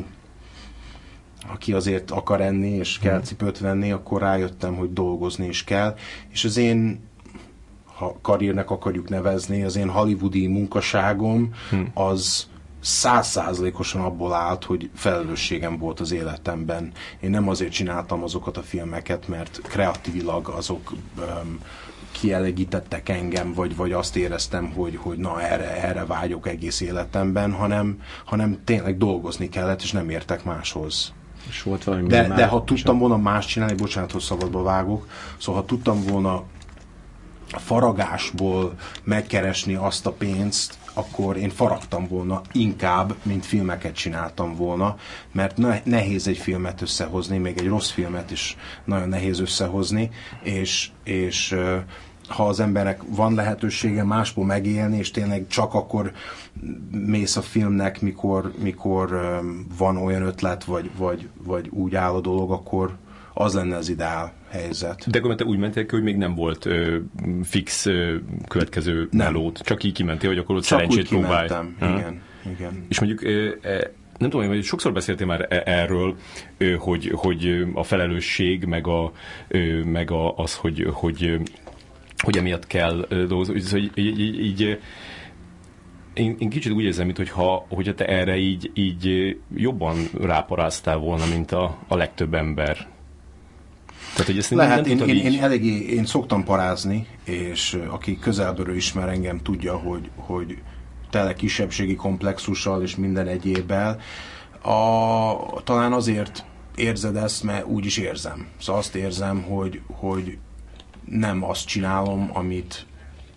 azért akar enni, és kell cipőt venni, akkor rájöttem, hogy dolgozni is kell, és az én, ha karriernek akarjuk nevezni, az én hollywoodi munkaságom az 100%-osan abból állt, hogy felelősségem volt az életemben. Én nem azért csináltam azokat a filmeket, mert kreatívilag azok kielégítettek engem, vagy azt éreztem, hogy na erre vágyok egész életemben, hanem tényleg dolgozni kellett, és nem értek máshoz. És volt valami de ha tudtam volna más csinálni, bocsánat, hogy szabadba vágok, szóval ha tudtam volna a faragásból megkeresni azt a pénzt, akkor én faragtam volna inkább, mint filmeket csináltam volna, mert nehéz egy filmet összehozni, még egy rossz filmet is nagyon nehéz összehozni, és ha az embernek van lehetősége másból megélni, és tényleg csak akkor mész a filmnek, mikor van olyan ötlet, vagy úgy áll a dolog, akkor az lenne az ideál helyzet. De akkor te úgy mentél ki, hogy még nem volt fix következő melót, csak így kimentél, hogy akkor ott csak szerencsét próbálj. Igen. És mondjuk nem tudom, hogy sokszor beszéltél már erről, hogy a felelősség, meg az, hogy emiatt kell dolgozni. Így én kicsit úgy érzem, hogyha te erre így jobban ráparáztál volna, mint a legtöbb ember. Tehát, hogy ezt lehet, én szoktam parázni, és aki közelből ismer engem, tudja, hogy tele kisebbségi komplexussal és minden egyébbel. Talán azért érzed ezt, mert úgy is érzem. Szóval azt érzem, hogy nem azt csinálom, amit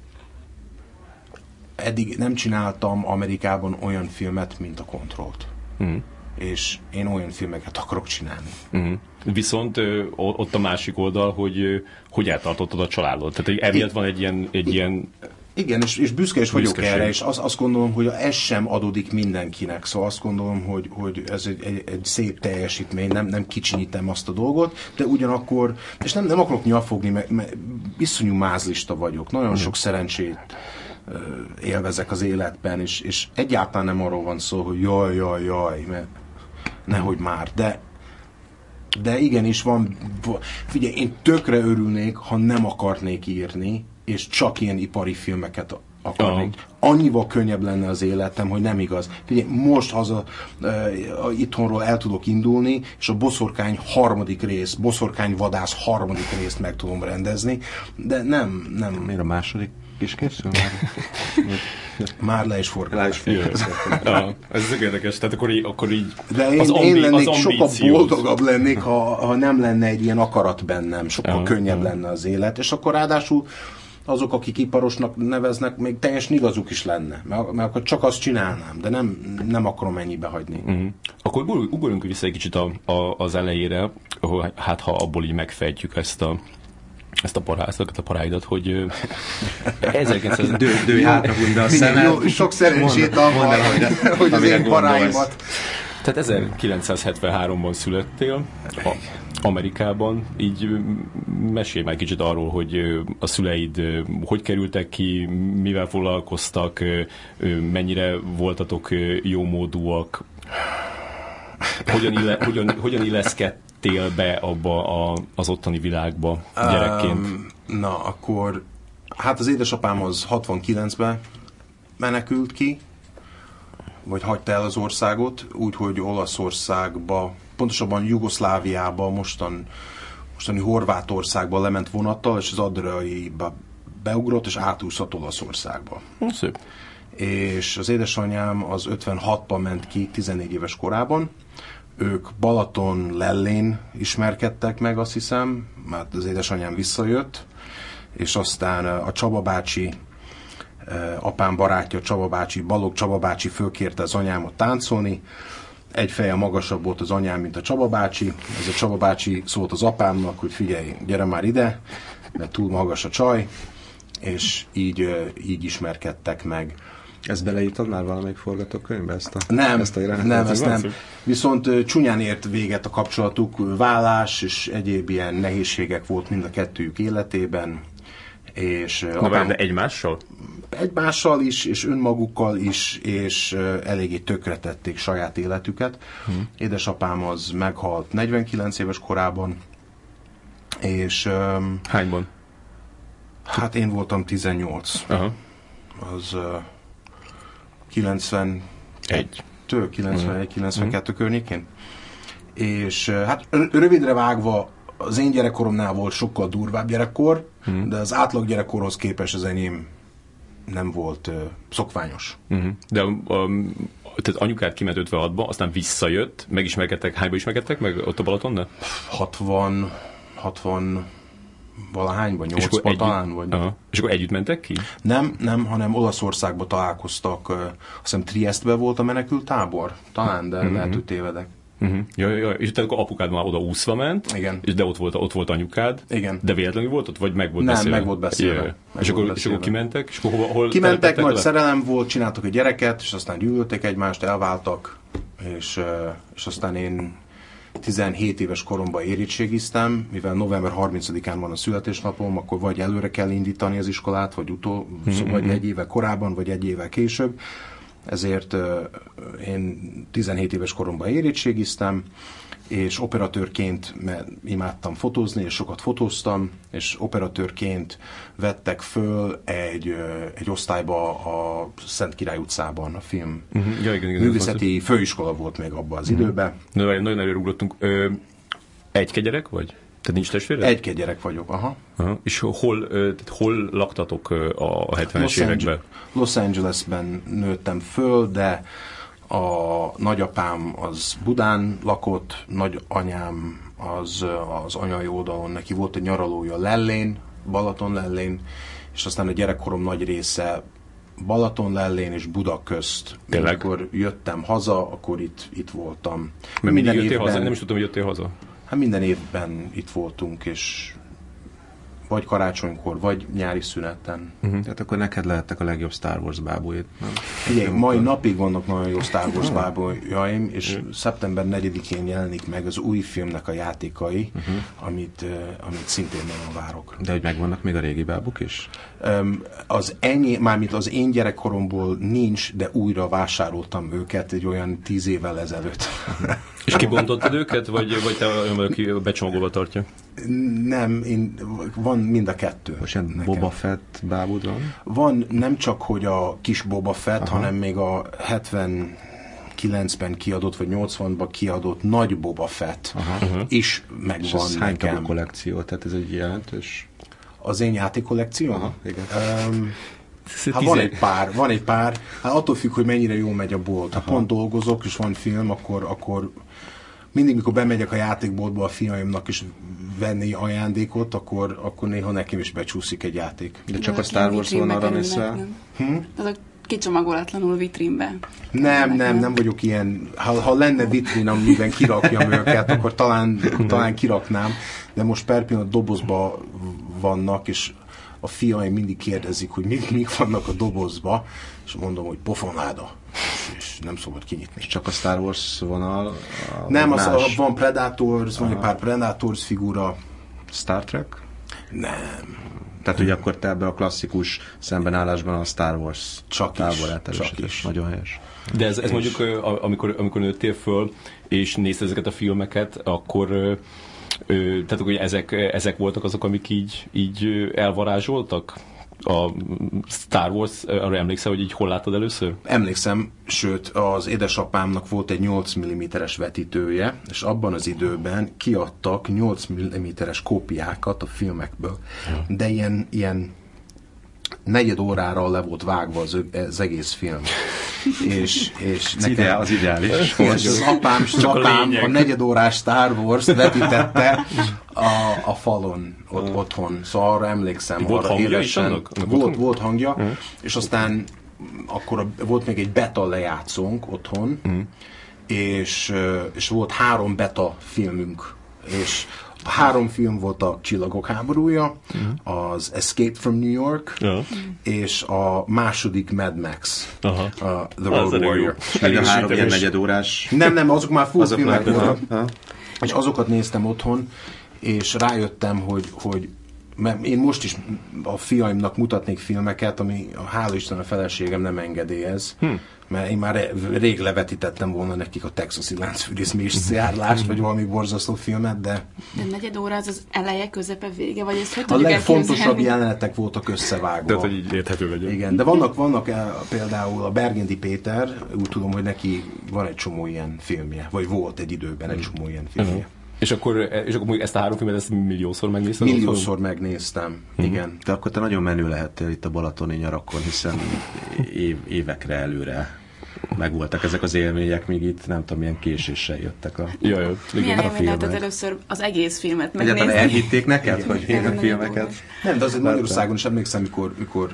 eddig nem csináltam Amerikában olyan filmet, mint a Controlt. És én olyan filmeket akarok csinálni. Viszont ott a másik oldal, hogy eltartottad a családot. Tehát emiatt van egy ilyen igen, és büszke is vagyok erre, és azt gondolom, hogy ez sem adódik mindenkinek. Szóval azt gondolom, hogy ez egy szép teljesítmény, nem kicsinyítem azt a dolgot, de ugyanakkor, és nem akarok nyafogni, mert iszonyú mázlista vagyok. Nagyon sok szerencsét élvezek az életben, és egyáltalán nem arról van szó, hogy jaj, mert nehogy már, de igenis van, figyelj, én tökre örülnék, ha nem akarnék írni, és csak ilyen ipari filmeket akarnék. Annyival könnyebb lenne az életem, hogy nem igaz. Figyelj, most itthonról el tudok indulni, és a Boszorkány Boszorkányvadász harmadik részt meg tudom rendezni, de nem. Miért a második is készül? Már le is forgálás. Ez érdekes, tehát akkor így de én lennék sokkal boldogabb lennék, ha nem lenne egy ilyen akarat bennem, sokkal könnyebb lenne az élet, és akkor ráadásul azok, akik iparosnak neveznek, még teljesen igazuk is lenne, mert akkor csak azt csinálnám, de nem akarom ennyibe hagyni. Akkor ugorjunk vissza egy kicsit az elejére, hát ha abból így megfejtjük ezt a paráidat, hogy 1900... Dőj hátra, húzd a szemed. Sok szerencsét abban, hogy az én paráimat. Tehát 1973-ban születtél Amerikában, így mesélj már kicsit arról, hogy a szüleid hogy kerültek ki, mivel foglalkoztak, mennyire voltatok jómódúak, hogyan illeszkedtél be abba az ottani világba gyerekként? Na, akkor hát az édesapám az 69-ben menekült ki, vagy hagyta el az országot, úgyhogy Olaszországba, pontosabban Jugoszláviába, mostani Horvátországba lement vonattal, és az Adriaiba beugrott, és átúszott Olaszországba. Szép. És az édesanyám az 56-ban ment ki, 14 éves korában. Ők Balaton-Lellén ismerkedtek meg, azt hiszem, mert az édesanyám visszajött, és aztán a Csaba bácsi, apám barátja Balogh Csaba bácsi fölkérte az anyámot táncolni. Egy feje magasabb volt az anyám, mint a Csaba bácsi. Ez a Csaba bácsi szólt az apámnak, hogy figyelj, gyere már ide, mert túl magas a csaj, és így ismerkedtek meg. Ezt beleírtad már valamelyik forgatókönyvbe? Nem. Viszont csúnyán ért véget a kapcsolatuk, vállás és egyéb ilyen nehézségek volt mind a kettőjük életében. És de egymással? Egymással is, és önmagukkal is, és eléggé tönkretették saját életüket. Édesapám az meghalt 49 éves korában, és... Hányban? Hát én voltam 18. Aha. Az 91-92 környékén. És hát rövidre vágva az én gyerekkoromnál volt sokkal durvább gyerekkor, de az átlag gyerekkorhoz képest az enyém nem volt szokványos. De tehát anyukád kiment 56-ba, aztán visszajött, megismerkedtek, hányba ismerkedtek meg ott a Balatonnál? 60 valahányban, 8-ban talán. Vagy... És akkor együtt mentek ki? Nem, hanem Olaszországban találkoztak, azt hiszem Triestben volt a menekült tábor, talán, de lehet, hogy tévedek. Ja, és tehát akkor apukád már oda úszva ment, Igen. És de ott volt anyukád, Igen. De véletlenül volt ott, vagy meg volt Nem, beszélve? meg volt beszélve. Yeah. És akkor kimentek? És akkor hol kimentek, nagy le? szerelem volt, csináltak egy gyereket, és aztán gyűlölték egymást, elváltak, és aztán én 17 éves koromban érettségiztem, mivel november 30-án van a születésnapom, akkor vagy előre kell indítani az iskolát, vagy vagy egy évvel korábban, vagy egy évvel később. Ezért én 17 éves koromban érettségiztem, és operatőrként imádtam fotózni, és sokat fotóztam, és operatőrként vettek föl egy osztályba a Szent Király utcában a film. Igen, művészeti főiskola volt még abban az időben. Nagyon előrugrottunk. Egy gyerek vagy? Tehát nincs testvéred? Egy gyerek vagyok, aha. És hol laktatok a 70-es években? Los Angelesben nőttem föl, de a nagyapám az Budán lakott, nagyanyám az anyai oldalon, neki volt egy nyaralója Lellén, Balaton-Lellén, és aztán a gyerekkorom nagy része Balaton-Lellén és Buda közt. Amikor jöttem haza, akkor itt voltam. Minden évben, haza? Nem is tudtam, hogy jöttél haza. Hát minden évben itt voltunk, és vagy karácsonykor, vagy nyári szüneten. Tehát akkor neked lehettek a legjobb Star Wars bábúid. Figyelj, mai napig vannak nagyon jó Star Wars bábújaim, és szeptember 4-én jelenik meg az új filmnek a játékai, amit szintén nagyon várok. De hogy megvannak még a régi bábuk is? Mármint az én gyerekkoromból nincs, de újra vásároltam őket egy olyan 10 évvel ezelőtt. És kibontottad őket, vagy te olyan, aki becsomagolva tartja? Nem, van mind a kettő. Most ilyen Boba Fett bábud van? Van nem csak, hogy a kis Boba Fett, hanem még a 79-ben kiadott, vagy 80-ban kiadott nagy Boba Fett is megvan. És ez hány tagú kollekció? Tehát ez egy jelentős... Az én játékkollekció? Aha, igen. Hát van egy pár. Hát attól függ, hogy mennyire jól megy a bolt. Ha pont dolgozok, és van film, akkor mindig, mikor bemegyek a játékboltba a fiaimnak is venni ajándékot, akkor néha nekem is becsúszik egy játék. De csak a Star Wars van arra mész el? Azok kicsomagolatlanul vitrínbe. Nem vagyok ilyen. Ha lenne vitrin, amiben kirakjam őket, akkor talán kiraknám, de most per pillanat dobozba vannak, és a fiaim mindig kérdezik, hogy mik vannak a dobozba, és mondom, hogy pofonláda, és nem szabad kinyitni. És csak a Star Wars vonal? Nem, van Predators, van egy pár Predators figura. Star Trek? Nem. Tehát, hogy akkor te ebben a klasszikus szembenállásban a Star Wars távolát erősítés. Nagyon helyes. De ez mondjuk, amikor nőttél föl, és nézted ezeket a filmeket, akkor... Tehát, hogy ezek voltak azok, amik így elvarázsoltak? A Star Wars, arra emlékszel, hogy így hol láttad először? Emlékszem, sőt, az édesapámnak volt egy 8 mm-es vetítője, és abban az időben kiadtak 8 mm-es kópiákat a filmekből. De ilyen negyed órára le volt vágva az egész film. És nekem az ideális. És az apám a negyedórás Star Wars-t vetítette a falon otthon. Szóval arra emlékszem. Volt arra hangja is annak? Volt hangja, és aztán akkor volt még egy beta lejátszónk otthon, és volt 3 beta filmünk, és 3 film volt a Csillagok háborúja, az Escape from New York, és a második Mad Max, The Road Warrior. Még a 3 ilyen negyedórás... Nem, azok már full filmek voltak. És azokat néztem otthon, és rájöttem, hogy mert én most is a fiaimnak mutatnék filmeket, ami hála Isten a feleségem nem engedélyez. Mert én már rég levetítettem volna nekik a Texasi láncfűrész mészszárlást, vagy valami borzasztó filmet, de... De negyed óra az eleje, közepe, vége, vagy ezt hogy a tudjuk legfontosabb jelenetek voltak összevágva. Tehát, hogy így érthető legyen. Igen, de vannak például a Bergendi Péter, úgy tudom, hogy neki van egy csomó ilyen filmje, vagy volt egy időben egy csomó ilyen filmje. És akkor ezt a 3 filmet ezt milliószor megnézted? Milliószor megnéztem, igen. De akkor te nagyon menő lehettél itt a balatoni nyarakon, hiszen évekre előre megvoltak ezek az élmények, míg itt nem tudom, milyen késéssel jöttek a Milyen élmény lehetett először az egész filmet megnézni? Egyáltalán elhitték neked, hogy én a filmeket? Nem, de azért Magyarországon is emlékszem, mikor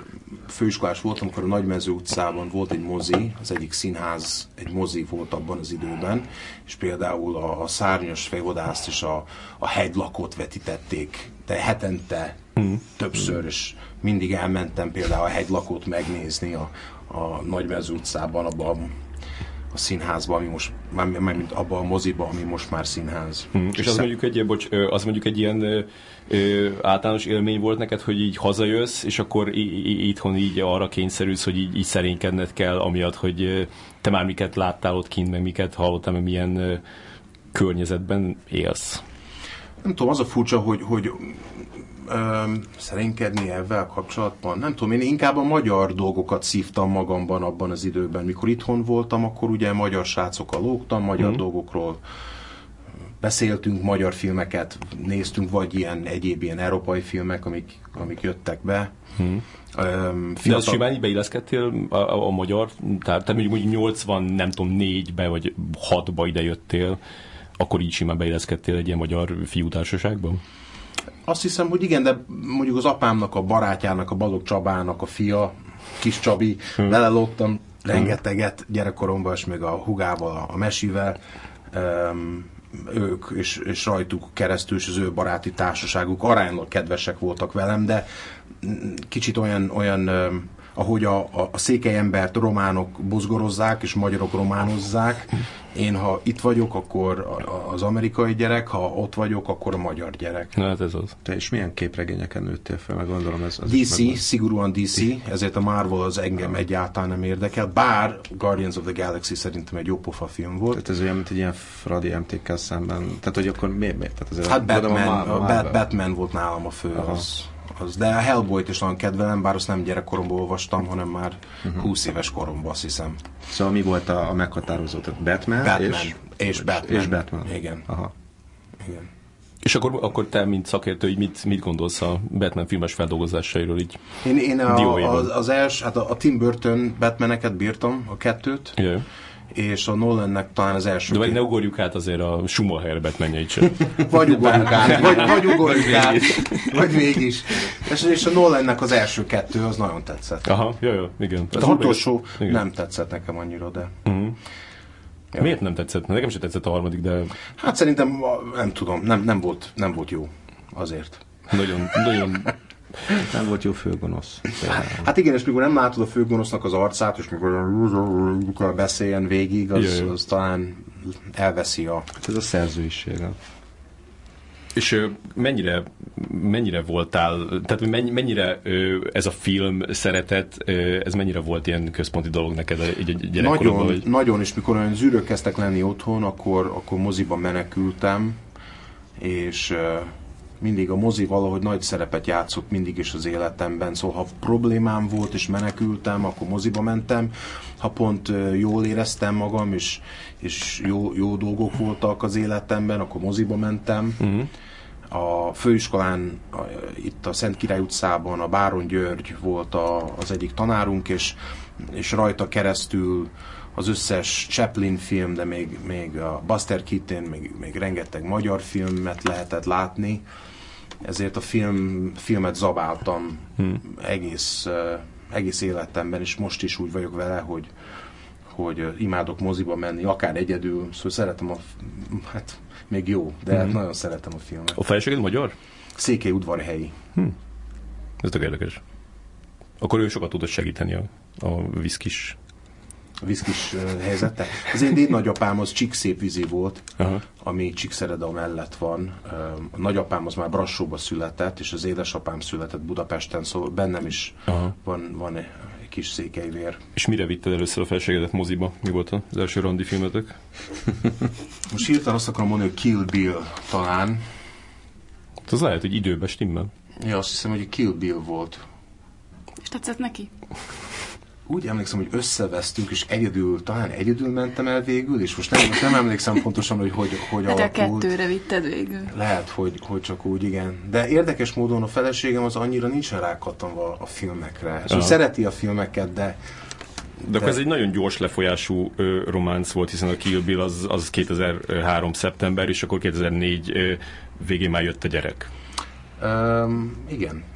főiskolás voltam, akkor a Nagymező utcában volt egy mozi, az egyik színház, egy mozi volt abban az időben, és például a Szárnyas fejvadászt és a Hegylakót vetítették, de hetente többször, és mindig elmentem például a Hegylakót megnézni a Nagymező utcában, abban a színházban, ami most, mármint abban a moziban, ami most már színház. És az mondjuk egy ilyen általános élmény volt neked, hogy így hazajössz, és akkor itthon így arra kényszerülsz, hogy így szerénykedned kell, amiatt, hogy te már miket láttál ott kint, meg miket hallottál, meg milyen környezetben élsz. Nem tudom, az a furcsa, hogy szerénykedni ezzel kapcsolatban. Nem tudom, én inkább a magyar dolgokat szívtam magamban abban az időben. Mikor itthon voltam, akkor ugye magyar srácokkal lógtam, magyar dolgokról beszéltünk, magyar filmeket néztünk, vagy egyéb ilyen európai filmek, amik jöttek be. De az simán így beilleszkedtél a magyar, tehát mondjuk 84-be vagy 6-ba ide jöttél, akkor így simán beilleszkedtél egy ilyen magyar fiútársaságban? Azt hiszem, hogy igen, de mondjuk az apámnak, a barátjának, a Balogh Csabának a fia, Kis Csabi, vele lógtam rengeteget gyerekkoromban, és még a hugával, a Mesivel, ők és rajtuk keresztül, és az ő baráti társaságuk aránylag kedvesek voltak velem, de kicsit olyan ahogy a székely embert románok bozgorozzák, és magyarok románozzák. Én, ha itt vagyok, akkor az amerikai gyerek, ha ott vagyok, akkor a magyar gyerek. Na, hát ez az. Te és milyen képregényeken nőttél fel? Meg gondolom, ez DC, szigorúan DC, ezért a Marvel az engem egyáltalán nem érdekel, bár Guardians of the Galaxy szerintem egy jó pofa film volt. Tehát ez olyan, mint egy ilyen Fradi MT-kkel szemben. Tehát, hogy akkor miért? Tehát azért hát Batman volt nálam a fő, de a Hellboyt is nagyon kedvelem, bár azt nem gyerekkoromban olvastam, hanem már 20 éves koromban, azt hiszem. Szóval mi volt a meghatározó? Tehát Batman és Batman. És Batman. Igen. Aha. Igen. És akkor te, mint szakértő, hogy mit gondolsz a Batman filmes feldolgozásairól így? Én az első, hát a Tim Burton Batmaneket bírtam, a kettőt. Jaj. És a Nolannek talán az első. De vagy ne ugorjuk át azért a Schumacher Batmanjeit sem. Vagy ugorjuk át, vagy ugorjuk át, vagy mégis. És a Nolannek az első kettő, az nagyon tetszett. Aha, jó, igen. A utolsó nem tetszett nekem annyira, de... Ja. Miért nem tetszett? Nekem sem tetszett a harmadik, de... Hát szerintem, nem tudom, nem volt jó azért. Nagyon... Nem volt jó főgonosz. Hát igen, és mikor nem látod a főgonosznak az arcát, és mikor beszéljen végig, az talán elveszi a... Ez a szerzőisége. És mennyire voltál, tehát mennyire ez a film szeretet, ez mennyire volt ilyen központi dolog neked egy gyerekkoromban? Nagyon, és mikor olyan zűrök kezdtek lenni otthon, akkor moziba menekültem, és mindig a mozi valahogy nagy szerepet játszott mindig is az életemben, szóval ha problémám volt és menekültem, akkor moziba mentem, ha pont jól éreztem magam, és jó dolgok voltak az életemben, akkor moziba mentem. A főiskolán, itt a Szent Király utcában a Báron György volt az egyik tanárunk, és rajta keresztül az összes Chaplin film, de még a Buster Keaton, még rengeteg magyar filmet lehetett látni. Ezért a filmet zabáltam egész életemben, és most is úgy vagyok vele, hogy imádok moziba menni, akár egyedül, szóval szeretem hát még jó, de nagyon szeretem a filmet. A feleséged magyar? Székelyudvarhelyi. Ez tök érdekes. Akkor ő sokat tudott segíteni a viszkis helyzete. Az én nagyapám az Csíkszépvízi volt, ami Csíkszereda mellett van. A nagyapám az már Brassóba született, és az édesapám született Budapesten, szóval bennem is van egy kis székelyvér. És mire vitted először a feleségedet moziba? Mi volt az első randi filmetek? Most hirtelen azt akarom mondani, hogy Kill Bill talán. Az lehet, hogy időben stimmel. Ja, azt hiszem, hogy Kill Bill volt. És tetszett neki? Úgy emlékszem, hogy összevesztünk, és talán egyedül mentem el végül, és most nem emlékszem pontosan, hogy hát alakult. a 2-re vitted végül. Lehet, hogy csak úgy, igen. De érdekes módon a feleségem az annyira nincsen rákattanva a filmekre. És szereti a filmeket, de akkor ez egy nagyon gyors lefolyású románc volt, hiszen a Kill Bill az 2003. szeptember, és akkor 2004 végén már jött a gyerek. Igen.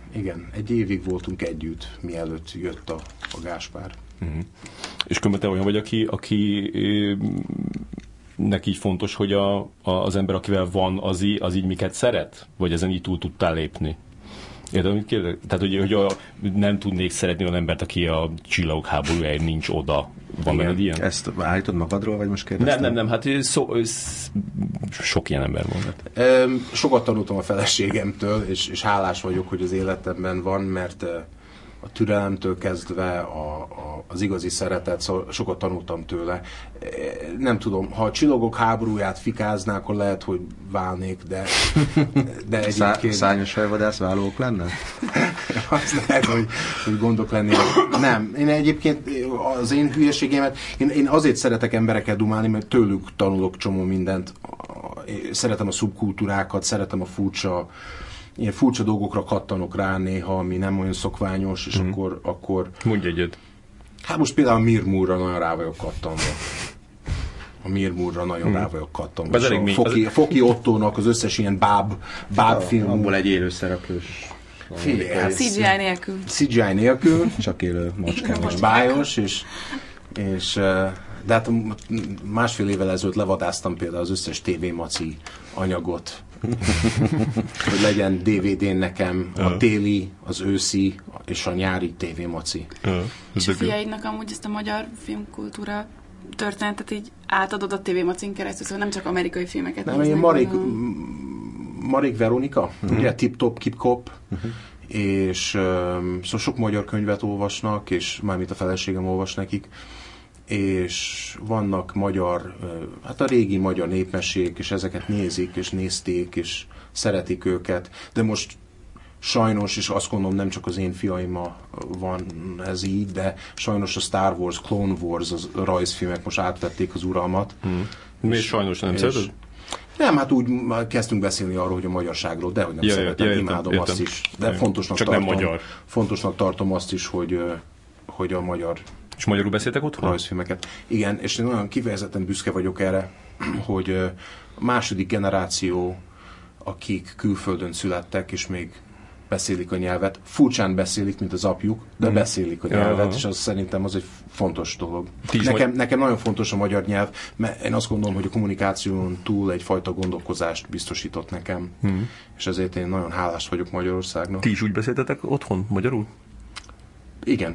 Igen. Egy évig voltunk együtt, mielőtt jött a Gáspár. És különben te olyan vagy, aki nek így fontos, hogy az ember, akivel van, az így miket szeret? Vagy ezen így túl tudtál lépni? Érted, amit kérdez? Tehát, hogy nem tudnék szeretni olyan embert, aki a Csillagok háborújáért nincs oda. Van benned ilyen? Ezt állítod magadról, vagy most kérdeztem? Nem, hát sok ilyen ember van. Sokat tanultam a feleségemtől, és hálás vagyok, hogy az életemben van, mert a türelemtől kezdve az igazi szeretet, szóval sokat tanultam tőle. Nem tudom, ha a Csillagok háborúját fikázná, akkor lehet, hogy válnék, de egyébként... Szányos fejvadász válók lenne? Azt lehet, hogy gondok lennének. Nem, én egyébként az én hülyeségémet, én azért szeretek emberekkel dumálni, mert tőlük tanulok csomó mindent. Szeretem a szubkultúrákat, szeretem a ilyen furcsa dolgokra kattanok rá néha, ami nem olyan szokványos, és akkor... Mondj egyet. Hát most például a Mir Moore-ra nagyon rá vagyok kattanva. A Mir Moore-ra nagyon rá vagyok kattanva. A Foki Ottónak az összes ilyen báb film. Abból egy élő szereplős. CGI nélkül. CGI nélkül. Csak élő macskán. És bájos, de hát másfél évvel ezelőtt levadáztam például az összes TV Maci anyagot. Hogy legyen DVD-n nekem a téli, az őszi és a nyári TV Maci. És a fiaidnak amúgy ezt a magyar filmkultúra történetet így átadod a TV Macin keresztül, szóval nem csak amerikai filmeket néznek. Marik Veronika, ugye Tip Top Kip Kop, és szóval sok magyar könyvet olvasnak, és mármint a feleségem olvas nekik, és vannak magyar, hát a régi magyar népmesék, és ezeket nézik, és nézték, és szeretik őket, de most sajnos, és azt gondolom nem csak az én fiaimmal van ez így, de sajnos a Star Wars, Clone Wars, az rajzfilmek most átvették az uralmat. Miért sajnos nem szereted? Nem, hát úgy kezdtünk beszélni arról, hogy a magyarságról, de hogy nem szeretem, imádom azt is. De fontosnak tartom azt is, hogy a magyar... És magyarul beszéltek otthon? Rajzfilmeket. Igen, és én olyan kifejezetten büszke vagyok erre, hogy a második generáció, akik külföldön születtek, és még beszélik a nyelvet, furcsán beszélik, mint az apjuk, de beszélik a nyelvet, és az szerintem az egy fontos dolog. Nekem nagyon fontos a magyar nyelv, mert én azt gondolom, hogy a kommunikáción túl egyfajta gondolkozást biztosított nekem, és ezért én nagyon hálás vagyok Magyarországnak. Ti is úgy beszéltetek otthon, magyarul? Igen.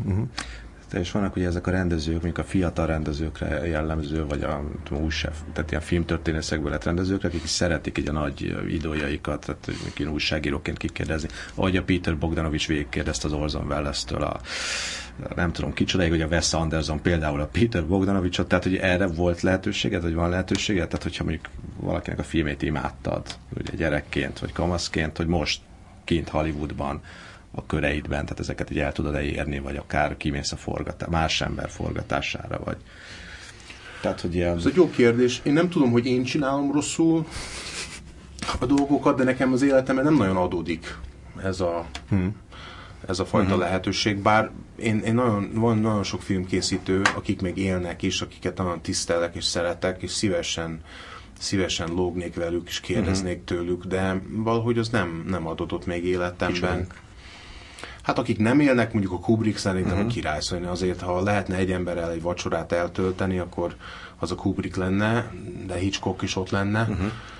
És vannak ugye ezek a rendezők, mondjuk a fiatal rendezőkre jellemző, vagy tehát ilyen filmtörténészekből lett rendezőkre, akik szeretik így a nagy idójaikat, tehát én újságíróként kikérdezni. Ahogy a Peter Bogdanovich végigkérdezte az Orson Welles-től nem tudom kicsodáig, hogy a Wes Anderson például a Peter Bogdanovichot, tehát hogy erre volt lehetőséged, vagy van lehetőséged? Tehát hogyha mondjuk valakinek a filmét imádtad, ugye gyerekként, vagy kamaszként, hogy most kint Hollywoodban a köreidben, tehát ezeket így el tudod érni, vagy akár kimész a más ember forgatására, vagy... Tehát, hogy ilyen... Ez egy jó kérdés. Én nem tudom, hogy én csinálom rosszul a dolgokat, de nekem az életemben nem nagyon adódik ez a fajta lehetőség, bár van nagyon sok filmkészítő, akik még élnek is, akiket nagyon tisztelek és szeretek, és szívesen lógnék velük, és kérdeznék tőlük, de valahogy az nem adódott még életemben. Hát akik nem élnek, mondjuk a Kubrick szerintem a király, szóval azért, ha lehetne egy emberrel egy vacsorát eltölteni, akkor az a Kubrick lenne, de Hitchcock is ott lenne.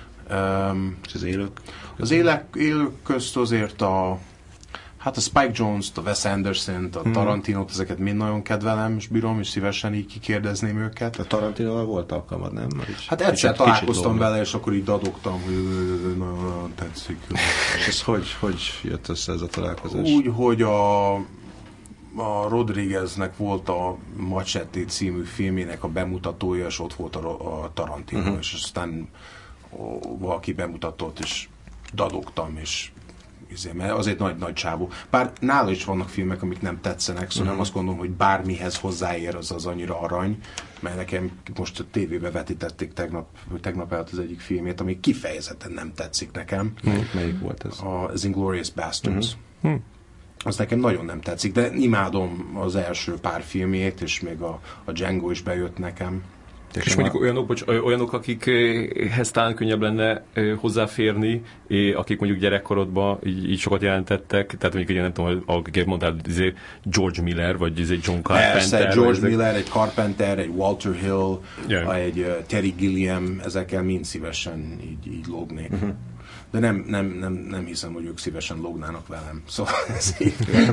És az élők? Az élők közt azért a Spike Jonze-t, a Wes Anderson-t, a Tarantinót, ezeket mind nagyon kedvelem, és bírom, és szívesen így kikérdezném őket. A Tarantinoval volt alkalmad, nem? Hát egyszer találkoztam vele, és akkor így dadogtam, hogy nagyon tetszik. És ez hogy jött össze ez a találkozás? Úgy, hogy a Rodrigueznek volt a Machete című filmének a bemutatója, és ott volt a Tarantino, és aztán valaki bemutatott, és dadogtam, és mert azért nagy csávó. Bár nála is vannak filmek, amik nem tetszenek, szóval nem azt gondolom, hogy bármihez hozzáér az annyira arany, mert nekem most a tévébe vetítették tegnap előtt az egyik filmét, ami kifejezetten nem tetszik nekem. Melyik volt ez? Az Inglourious Basterds. Az nekem nagyon nem tetszik, de imádom az első pár filmjét, és még a Django is bejött nekem. És mondjuk olyanok, akikhez talán könnyebb lenne hozzáférni, akik mondjuk gyerekkorodban így sokat jelentettek, tehát mondjuk, nem tudom, akik mondtál, George Miller, vagy John Carpenter. Persze, George Miller, egy Carpenter, egy Walter Hill, egy Terry Gilliam, ezekkel mind szívesen így lógnék. De nem hiszem, hogy ők szívesen lógnának velem. Szóval ez így.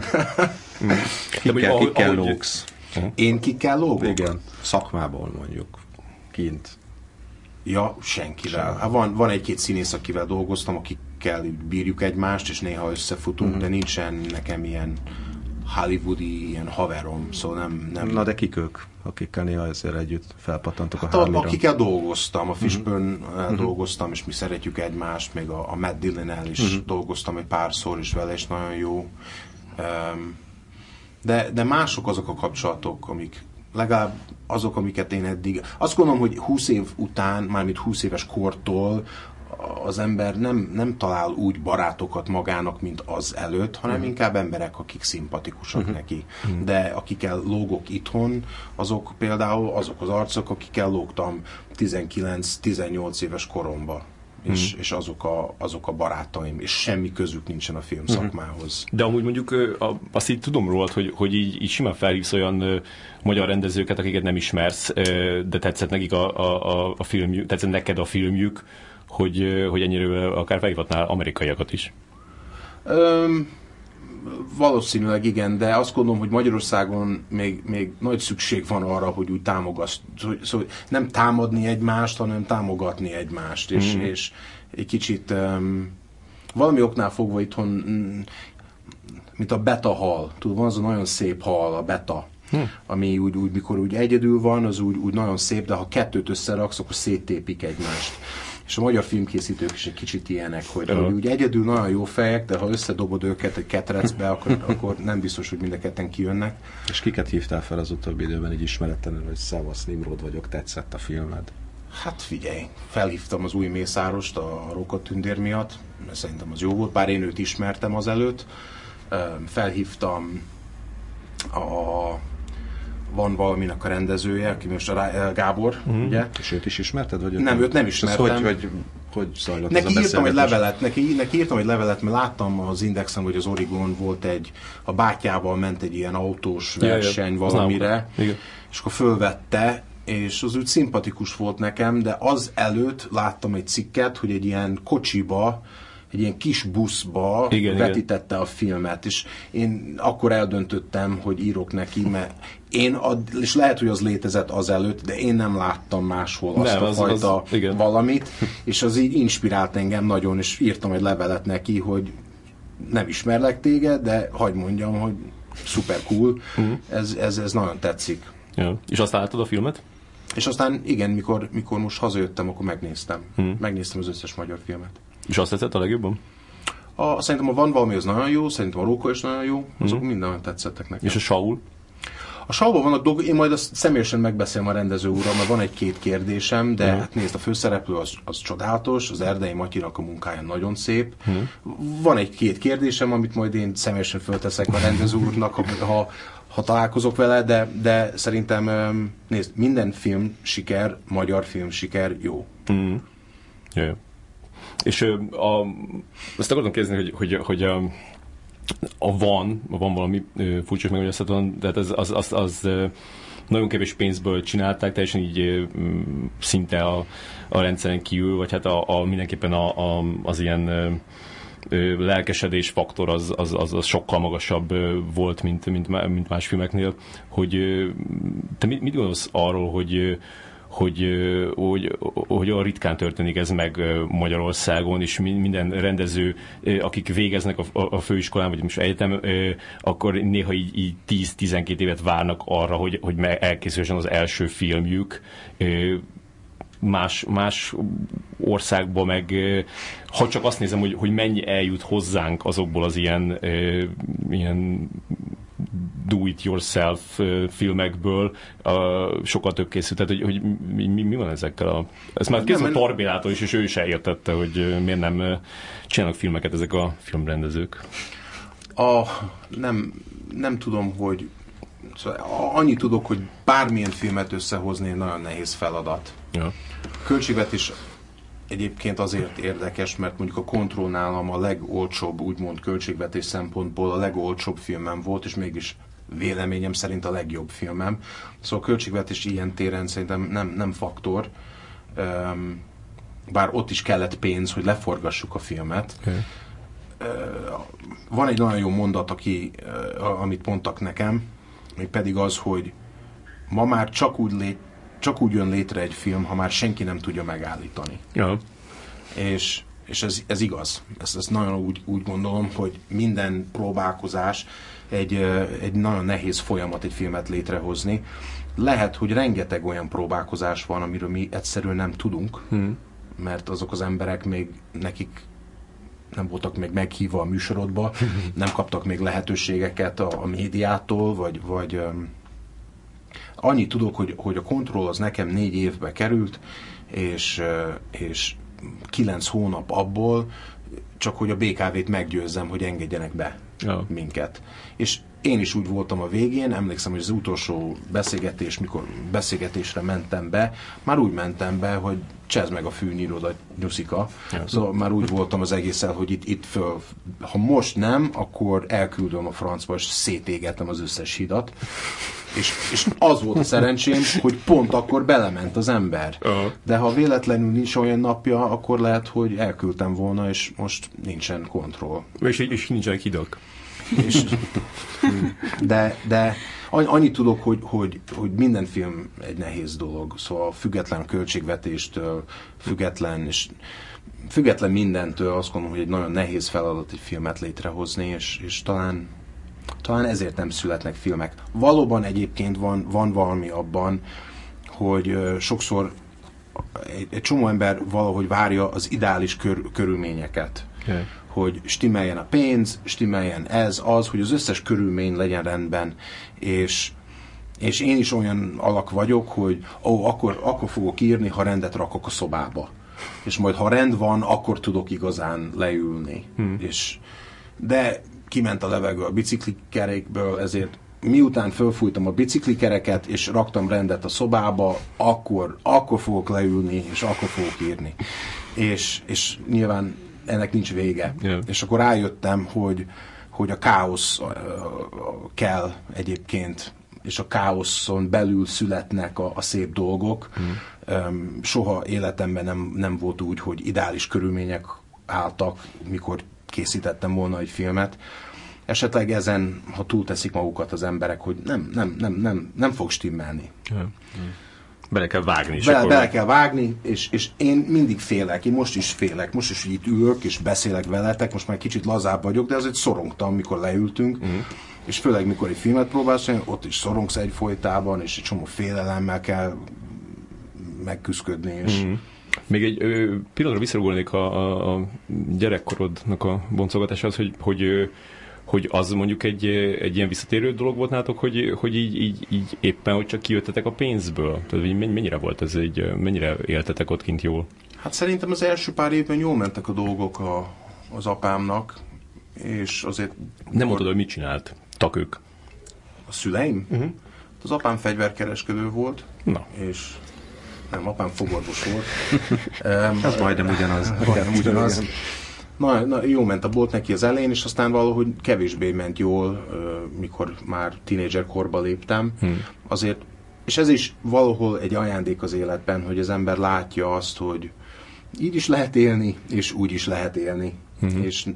Kikkel lógsz? Én kikkel lógok? Igen, szakmából mondjuk. Kint. Ja, senkivel. Hát van egy-két színész, akivel dolgoztam, akikkel bírjuk egymást, és néha összefutunk, de nincsen nekem ilyen hollywoodi, ilyen haverom, szóval nem... Na de kik ők, akikkel néha ezzel együtt felpattantok hát a Harley-ra? Akikkel dolgoztam, a Fishburne-el dolgoztam, és mi szeretjük egymást, még a Matt Dillon-el is dolgoztam egy párszor is vele, és nagyon jó. De mások azok a kapcsolatok, amik legalább azok, amiket én eddig... Azt gondolom, hogy 20 év után, mármint 20 éves kortól az ember nem talál úgy barátokat magának, mint az előtt, hanem inkább emberek, akik szimpatikusak neki. De akikkel lógok itthon, azok például azok az arcok, akikkel lógtam 19-18 éves koromban. És azok a barátaim, és semmi közük nincsen a filmszakmához. De amúgy mondjuk azt így tudom rólad, hogy így simán felhívsz olyan magyar rendezőket, akiket nem ismersz, de tetszett nekik a filmjük, tetszett neked a filmjük, hogy ennyire akár felhívhatnál amerikaiakat is. Valószínűleg igen, de azt gondolom, hogy Magyarországon még nagy szükség van arra, hogy úgy támogass, szóval nem támadni egymást, hanem támogatni egymást, és egy kicsit valami oknál fogva itthon, mint a beta hal, tudod, van az a nagyon szép hal, a beta, ami úgy mikor úgy egyedül van, az úgy nagyon szép, de ha kettőt összeraksz, akkor széttépik egymást. És a magyar filmkészítők is egy kicsit ilyenek, hogy úgy egyedül nagyon jó fejek, de ha összedobod őket egy ketrecbe, akkor nem biztos, hogy mind a ketten kijönnek. És kiket hívtál fel az utóbbi időben így ismeretlenül, hogy szevasz, Nimrod vagyok, tetszett a filmed? Hát figyelj, felhívtam az új Mészárost a Róka Tündér miatt, mert szerintem az jó volt, bár én őt ismertem azelőtt. Felhívtam van valaminek a rendezője, aki most a Gábor, ugye? És őt is ismerted? Vagy nem, őt nem ismertem. Hogy zajlott neki ez a írtam egy beszélgetés? levelet, neki írtam egy levelet, mert láttam az Indexen, hogy az Origon volt a bátyával ment egy ilyen autós verseny valamire, és akkor fölvette, és az úgy szimpatikus volt nekem, de az előtt láttam egy cikket, hogy egy ilyen kocsiba, egy ilyen kis buszba vetítette a filmet, és én akkor eldöntöttem, hogy írok neki, mert és lehet, hogy az létezett azelőtt, de én nem láttam máshol azt a fajta valamit, és az így inspirált engem nagyon, és írtam egy levelet neki, hogy nem ismerlek téged, de hagyd mondjam, hogy szuper cool, ez nagyon tetszik. Ja. És aztán láttad a filmet? És aztán igen, mikor most hazajöttem, akkor megnéztem. Megnéztem az összes magyar filmet. És azt tetszett a legjobban? Szerintem a Van valami az nagyon jó, szerintem a Róka is nagyon jó, azok minden tetszettek nekem. És a Saul? A Saulban vannak dolgok, én majd azt személyesen megbeszélem a rendező úrral, mert van egy-két kérdésem, de hát nézd, a főszereplő az csodálatos, az Erdei Matyinak a munkája nagyon szép. Van egy-két kérdésem, amit majd én személyesen fölteszek a rendező úrnak, ha találkozok vele, de szerintem nézd, minden film siker, magyar film siker jó. Jaj. És azt akartam kérdezni, hogy van valami furcsa megmagyarázhatóan, tehát az nagyon kevés pénzből csinálták, teljesen így szinte a rendszeren kívül, vagy hát mindenképpen az ilyen lelkesedés faktor az sokkal magasabb volt, mint más filmeknél. Hogy te mit gondolsz arról, hogy olyan ritkán történik ez meg Magyarországon, és minden rendező, akik végeznek a főiskolán, vagy most egyetem, akkor néha így 10-12 évet várnak arra, hogy elkészülhessen az első filmjük. Más országban meg, ha csak azt nézem, hogy mennyi eljut hozzánk azokból az ilyen do-it-yourself filmekből, sokkal több készült. Tehát, hogy mi van ezekkel ezt már készült Torbélától is, és ő is elértette, hogy miért nem csinálnak filmeket ezek a filmrendezők. Nem tudom, hogy Szóval annyit tudok, hogy bármilyen filmet összehozni nagyon nehéz feladat. Ja. Költségvetés egyébként azért érdekes, mert mondjuk a Control nálam a legolcsóbb, úgymond költségvetés szempontból a legolcsóbb filmem volt, és mégis véleményem szerint a legjobb filmem. Szóval a költségvetés ilyen téren szerintem nem faktor. Bár ott is kellett pénz, hogy leforgassuk a filmet. Van egy nagyon jó mondat, amit mondtak nekem, még pedig az, hogy ma már csak úgy jön létre egy film, ha már senki nem tudja megállítani. Ja. És ez igaz. Ezt nagyon úgy gondolom, hogy minden próbálkozás egy nagyon nehéz folyamat egy filmet létrehozni. Lehet, hogy rengeteg olyan próbálkozás van, amiről mi egyszerűen nem tudunk, mert azok az emberek még nekik nem voltak még meghívva a műsorodba, nem kaptak még lehetőségeket a médiától, vagy annyit tudok, hogy a Control az nekem 4 évbe került, és 9 hónap abból, csak hogy a BKV-t meggyőzzem, hogy engedjenek be minket. És én is úgy voltam a végén, emlékszem, hogy az utolsó mikor beszélgetésre mentem be, már úgy mentem be, hogy csezd meg a fűnyíród a nyuszika. Szóval már úgy voltam az egésszel, hogy itt föl, ha most nem, akkor elküldöm a francba, és szétégetem az összes hidat. És az volt a szerencsém, hogy pont akkor belement az ember. De ha véletlenül nincs olyan napja, akkor lehet, hogy elküldtem volna, és most nincsen Control. És nincsenek hidak. De annyit tudok, hogy minden film egy nehéz dolog, szóval független a költségvetéstől, független mindentől, azt gondolom, hogy egy nagyon nehéz feladat egy filmet létrehozni, és talán ezért nem születnek filmek. Valóban egyébként van valami abban, hogy sokszor egy csomó ember valahogy várja az ideális körülményeket. Okay. Hogy stimmeljen a pénz, stimmeljen az, hogy az összes körülmény legyen rendben, és én is olyan alak vagyok, hogy akkor fogok írni, ha rendet rakok a szobába. És majd ha rend van, akkor igazán leülni. De kiment a levegő a biciklikerékből, ezért miután fölfújtam a biciklikereket, és raktam rendet a szobába, akkor fogok leülni, és akkor fogok írni. És nyilván ennek nincs vége. Yeah. És akkor rájöttem, hogy a káosz kell egyébként, és a káoszon belül születnek a szép dolgok. Soha életemben nem volt úgy, hogy ideális körülmények álltak, mikor készítettem volna egy filmet. Esetleg ezen, ha túlteszik magukat az emberek, hogy nem fog stimmelni. Yeah. Bele kell vágni. Bele kell vágni, és én mindig félek. Én most is félek. Most is itt ülök, és beszélek veletek. Most már kicsit lazább vagyok, de azért szorongtam, mikor leültünk. És főleg, mikor egy filmet próbálsz, ott is szorongsz egyfolytában, és egy csomó félelemmel kell megküszködni. És még egy pillanatra visszarugolnék a gyerekkorodnak a boncolgatásához, hogy az mondjuk egy ilyen visszatérő dolog volt nálatok, hogy így éppen, hogy csak kijöttetek a pénzből? Tehát mennyire volt ez mennyire éltetek ott kint jól? Hát szerintem az első pár évben jól mentek a dolgok az apámnak, és azért... Nem mondod, hogy mit csináltak ők? A szüleim? Az apám fegyverkereskedő volt, és nem, apám fogorvos volt. Ez majdnem ugyanaz. Na, jó ment a bolt neki az elején, és aztán valahogy kevésbé ment jól, mikor már tínédzser korba léptem. Azért, és ez is valahol egy ajándék az életben, hogy az ember látja azt, hogy így is lehet élni, és úgy is lehet élni. És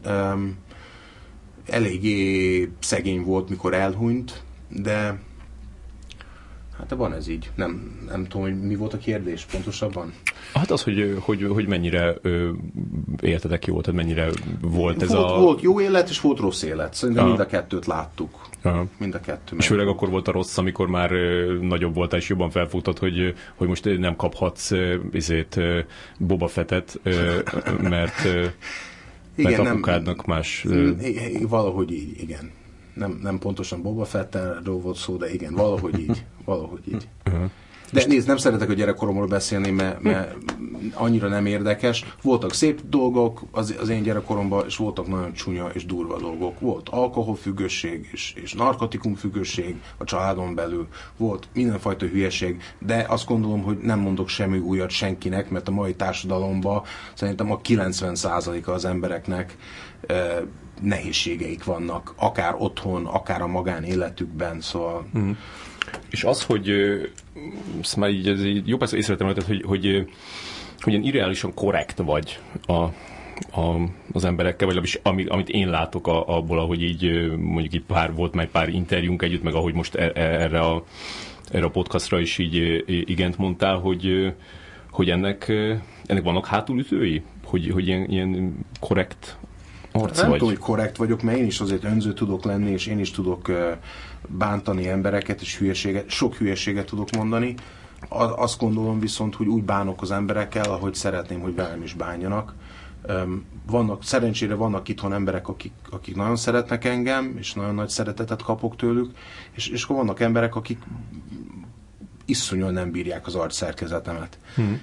eléggé szegény volt, mikor elhunyt, de hát van ez így. Nem tudom, hogy mi volt a kérdés pontosabban. Hát az, hogy mennyire éltetek jól, tehát mennyire volt ez Volt jó élet, és volt rossz élet. Szerintem mind a kettőt láttuk. Mind a kettő. És főleg akkor volt a rossz, amikor már nagyobb voltál, és jobban felfogtad, hogy most nem kaphatsz Boba Fettet, mert apukádnak más... Valahogy így, igen. Nem pontosan Boba Fettről volt szó, de igen, valahogy így. De nézd, nem szeretek a gyerekkoromról beszélni, mert annyira nem érdekes. Voltak szép dolgok az én gyerekkoromban, és voltak nagyon csúnya és durva dolgok. Volt alkoholfüggőség és narkotikumfüggőség a családon belül. Volt mindenfajta hülyeség, de azt gondolom, hogy nem mondok semmi újat senkinek, mert a mai társadalomban szerintem a 90%-a az embereknek nehézségeik vannak, akár otthon, akár a magánéletükben, szóval... És az, hogy ezt már így jó persze észrevettem, hogy ilyen irreálisan korrekt vagy az emberekkel, vagy legalábbis amit én látok abból, ahogy így mondjuk itt volt már pár interjúnk együtt, meg ahogy most erre a podcastra is így igent mondtál, hogy ennek vannak hátulütői? Hogy ilyen korrekt arc nem vagy? tudom, hogy korrekt vagyok, mert én is azért önző tudok lenni, és én is tudok bántani embereket, és sok hülyeséget tudok mondani. Azt gondolom viszont, hogy úgy bánok az emberekkel, ahogy szeretném, hogy velem is bánjanak. Szerencsére vannak itthon emberek, akik nagyon szeretnek engem, és nagyon nagy szeretetet kapok tőlük, és akkor vannak emberek, akik iszonyúan nem bírják az arcszerkezetemet.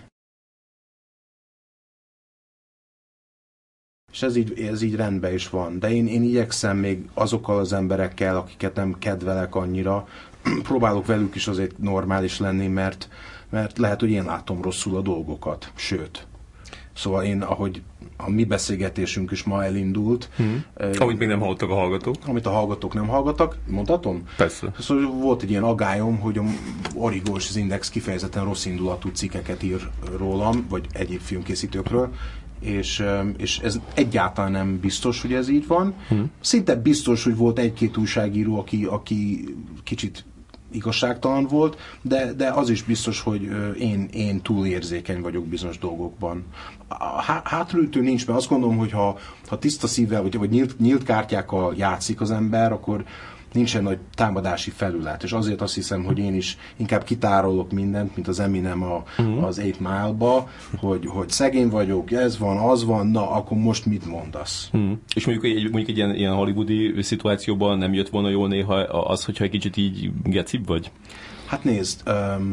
És ez így rendben is van. De én igyekszem még azokkal az emberekkel, akiket nem kedvelek annyira, próbálok velük is azért normális lenni, mert lehet, hogy én látom rosszul a dolgokat. Sőt. Szóval ahogy a mi beszélgetésünk is ma elindult. Amit még nem hallottak a hallgatók. Amit a hallgatók nem hallgattak. Mondhatom? Persze. Szóval volt egy ilyen aggályom, hogy a Origo és az Index kifejezetten rossz indulatú cikkeket ír rólam, vagy egyéb filmkészítőkről, és ez egyáltalán nem biztos, hogy ez így van. Szinte biztos, hogy volt egy-két újságíró, aki kicsit igazságtalan volt, de az is biztos, hogy én túl érzékeny vagyok bizonyos dolgokban. Hátraütő nincs, mert azt gondolom, hogy ha tiszta szívvel, vagy nyílt kártyákkal játszik az ember, akkor nincsen nagy támadási felület, és azért azt hiszem, hogy én is inkább kitárolok mindent, mint az Eminem az 8 Mile-ba, hogy szegény vagyok, ez van, az van, na, akkor most mit mondasz? És mondjuk egy ilyen hollywoodi szituációban nem jött volna jól néha az, hogyha egy kicsit így gecibb vagy? Hát nézd,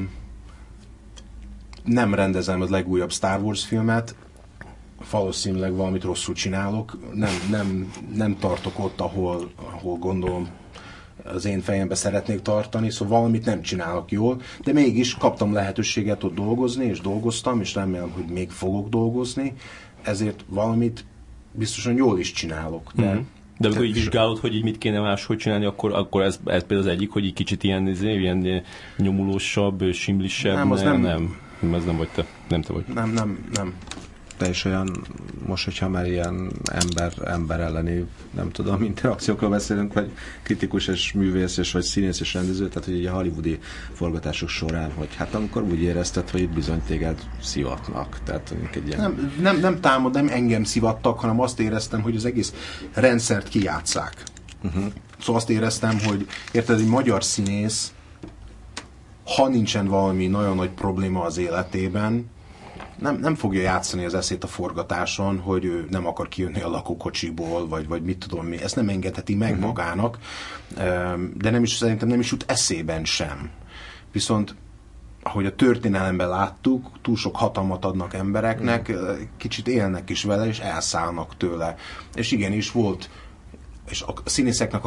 nem rendezem a legújabb Star Wars filmet, valószínűleg valamit rosszul csinálok, nem tartok ott, ahol gondolom az én fejembe szeretnék tartani, szóval valamit nem csinálok jól, de mégis kaptam lehetőséget ott dolgozni, és dolgoztam, és remélem, hogy még fogok dolgozni, ezért valamit biztosan jól is csinálok. De amikor így vizsgálod, hogy így mit kéne máshogy csinálni, akkor ez például az egyik, hogy így kicsit ilyen nyomulósabb, simlisebb, nem, ez nem vagy te, nem te vagy. Nem. Te is olyan, most, hogyha már ilyen ember elleni, nem tudom, interakciókról beszélünk, vagy kritikus és művész, és vagy színész és rendező, tehát hogy a hollywoodi forgatások során, hogy hát amikor úgy érezted, hogy itt bizony téged szivatnak. Tehát egy ilyen... nem engem szivattak, hanem azt éreztem, hogy az egész rendszert kijátsszák. Szóval azt éreztem, hogy érted, egy magyar színész, ha nincsen valami nagyon nagy probléma az életében, nem fogja játszani az eszét a forgatáson, hogy ő nem akar kijönni a lakókocsiból, vagy mit tudom mi. Ezt nem engedheti meg magának, de szerintem nem is jut eszében sem. Viszont, ahogy a történelemben láttuk, túl sok hatalmat adnak embereknek, kicsit élnek is vele, és elszállnak tőle. És igenis volt, és a színészeknek a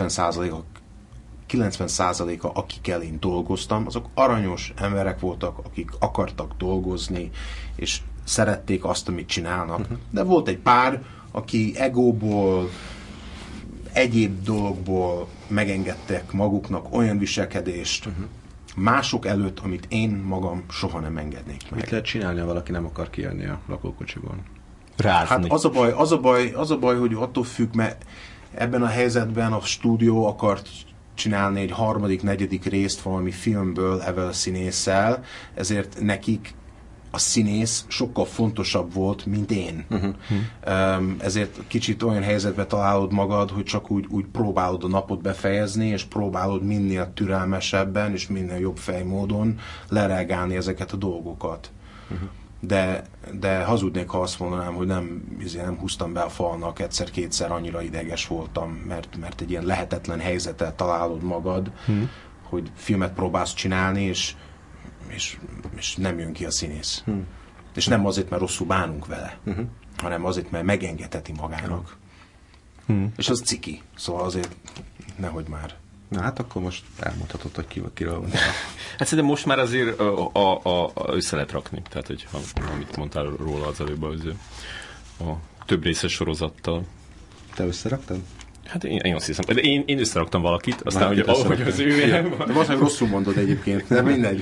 90%-a, akikkel én dolgoztam, azok aranyos emberek voltak, akik akartak dolgozni, és szerették azt, amit csinálnak. De volt egy pár, aki egóból, egyéb dologból megengedtek maguknak olyan viselkedést mások előtt, amit én magam soha nem engednék meg. Mit lehet csinálni, ha valaki nem akar kijönni a lakókocsiból? Rázni. Hát az a baj, hogy attól függ, mert ebben a helyzetben a stúdió akart csinálni egy harmadik, negyedik részt valami filmből ezzel a színésszel, ezért nekik a színész sokkal fontosabb volt, mint én. Ezért kicsit olyan helyzetbe találod magad, hogy csak úgy próbálod a napot befejezni, és próbálod minél türelmesebben, és minél jobb fejmódon lereagálni ezeket a dolgokat. De hazudnék, ha azt mondanám, hogy nem húztam be a falnak, egyszer-kétszer annyira ideges voltam, mert egy ilyen lehetetlen helyzetet találod magad, hogy filmet próbálsz csinálni, és és nem jön ki a színész. És nem azért, mert rosszul bánunk vele, hanem azért, mert megengedheti magának. És az ciki. Szóval azért nehogy már. Na hát akkor most elmondhatod, hogy kiről van. Hát szerintem most már azért össze lehet rakni. Tehát, hogy amit mondtál róla az előbb, a több részes sorozattal. Te összeraktad? Hát én azt hiszem. Én összeraktam valakit, aztán, hogy az ő ilyen van. De valószínűleg rosszul mondod egyébként, de mindegy.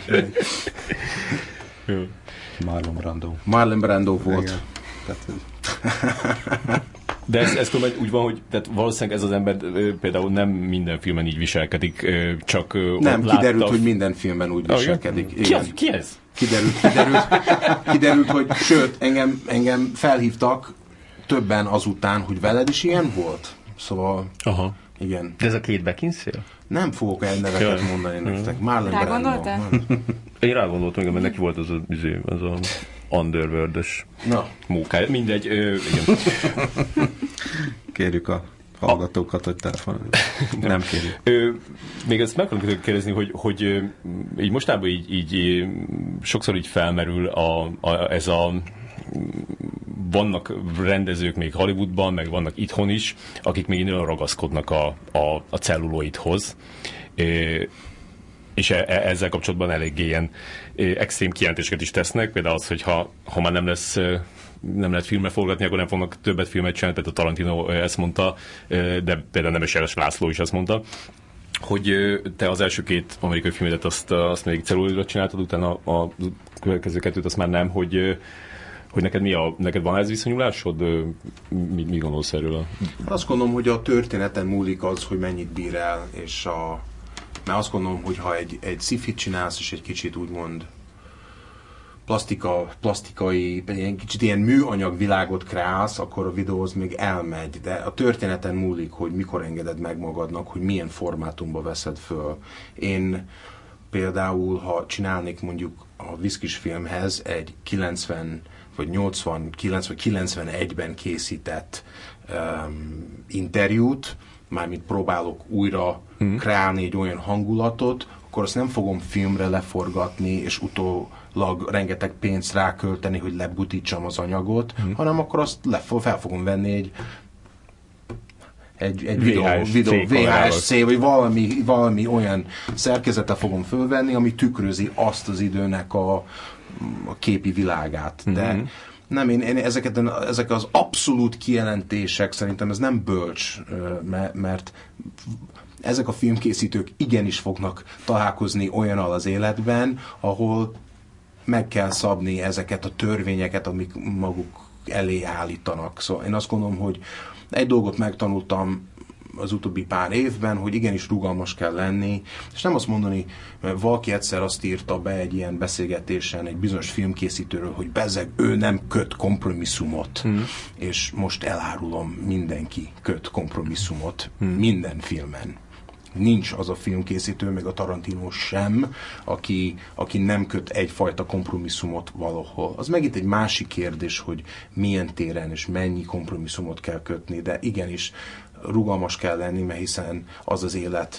Marlon Brando volt. De ez tudom, úgy van, hogy tehát valószínűleg ez az ember például nem minden filmen így viselkedik, csak nem, kiderült, hogy minden filmben úgy viselkedik. Igen. Ki ez? Kiderült, hogy sőt, engem felhívtak többen azután, hogy veled is ilyen volt. Szóval, igen. De ez a két Beckinsale? Nem fogok el neveket mondani nektek. Marlon Brando. Én rágondoltam, mert neki volt az a Underworld-ös mókája. Mindegy, igen. Kérjük a hallgatókat, hogy telefonáljuk. Nem kérjük. Még ezt meg akarom kérdezni, hogy így mostában így sokszor így felmerül ez a vannak rendezők még Hollywoodban, meg vannak itthon is, akik még nagyon ragaszkodnak a celluloidhoz. És ezzel kapcsolatban eléggé ilyen extrém kijelentéseket is tesznek, például az, hogy ha már nem lehet filmre forgatni, akkor nem fognak többet filmet csinálni, például Tarantino ezt mondta, de például Nemes László is azt mondta, hogy te az első 2 amerikai filmedet azt még celluloidra csináltad, utána a következő 2-t azt már nem, hogy neked van ez viszonyulásod? Mi gondolsz erről? Azt gondolom, hogy a történeten múlik az, hogy mennyit bír el, mert azt gondolom, hogy ha egy sci-fit csinálsz, és egy kicsit úgymond plastikai, kicsit ilyen műanyag világot kreálsz, akkor a videóhoz még elmegy. De a történeten múlik, hogy mikor engeded meg magadnak, hogy milyen formátumba veszed föl. Én például, ha csinálnék mondjuk a Viszkis filmhez egy 90 vagy 89 vagy 91-ben készített interjút, mármint próbálok újra kreálni egy olyan hangulatot, akkor azt nem fogom filmre leforgatni, és utólag rengeteg pénzt rákölteni, hogy lebutítsam az anyagot, hanem akkor azt fel fogom venni egy videó VHS-C, vagy valami olyan szerkezete fogom fölvenni, ami tükrözi azt az időnek a képi világát. De nem, én ezek az abszolút kijelentések, szerintem ez nem bölcs, mert ezek a filmkészítők igenis fognak találkozni olyannal az életben, ahol meg kell szabni ezeket a törvényeket, amik maguk elé állítanak. Szóval én azt gondolom, hogy egy dolgot megtanultam az utóbbi pár évben, hogy igenis rugalmas kell lenni, és nem azt mondani, mert valaki egyszer azt írta be egy ilyen beszélgetésen egy bizonyos filmkészítőről, hogy bezzeg, ő nem köt kompromisszumot, és most elárulom, mindenki köt kompromisszumot minden filmen. Nincs az a filmkészítő, meg a Tarantino sem, aki nem köt egyfajta kompromisszumot valahol. Az megint egy másik kérdés, hogy milyen téren és mennyi kompromisszumot kell kötni, de igenis rugalmas kell lenni, mert hiszen az az élet.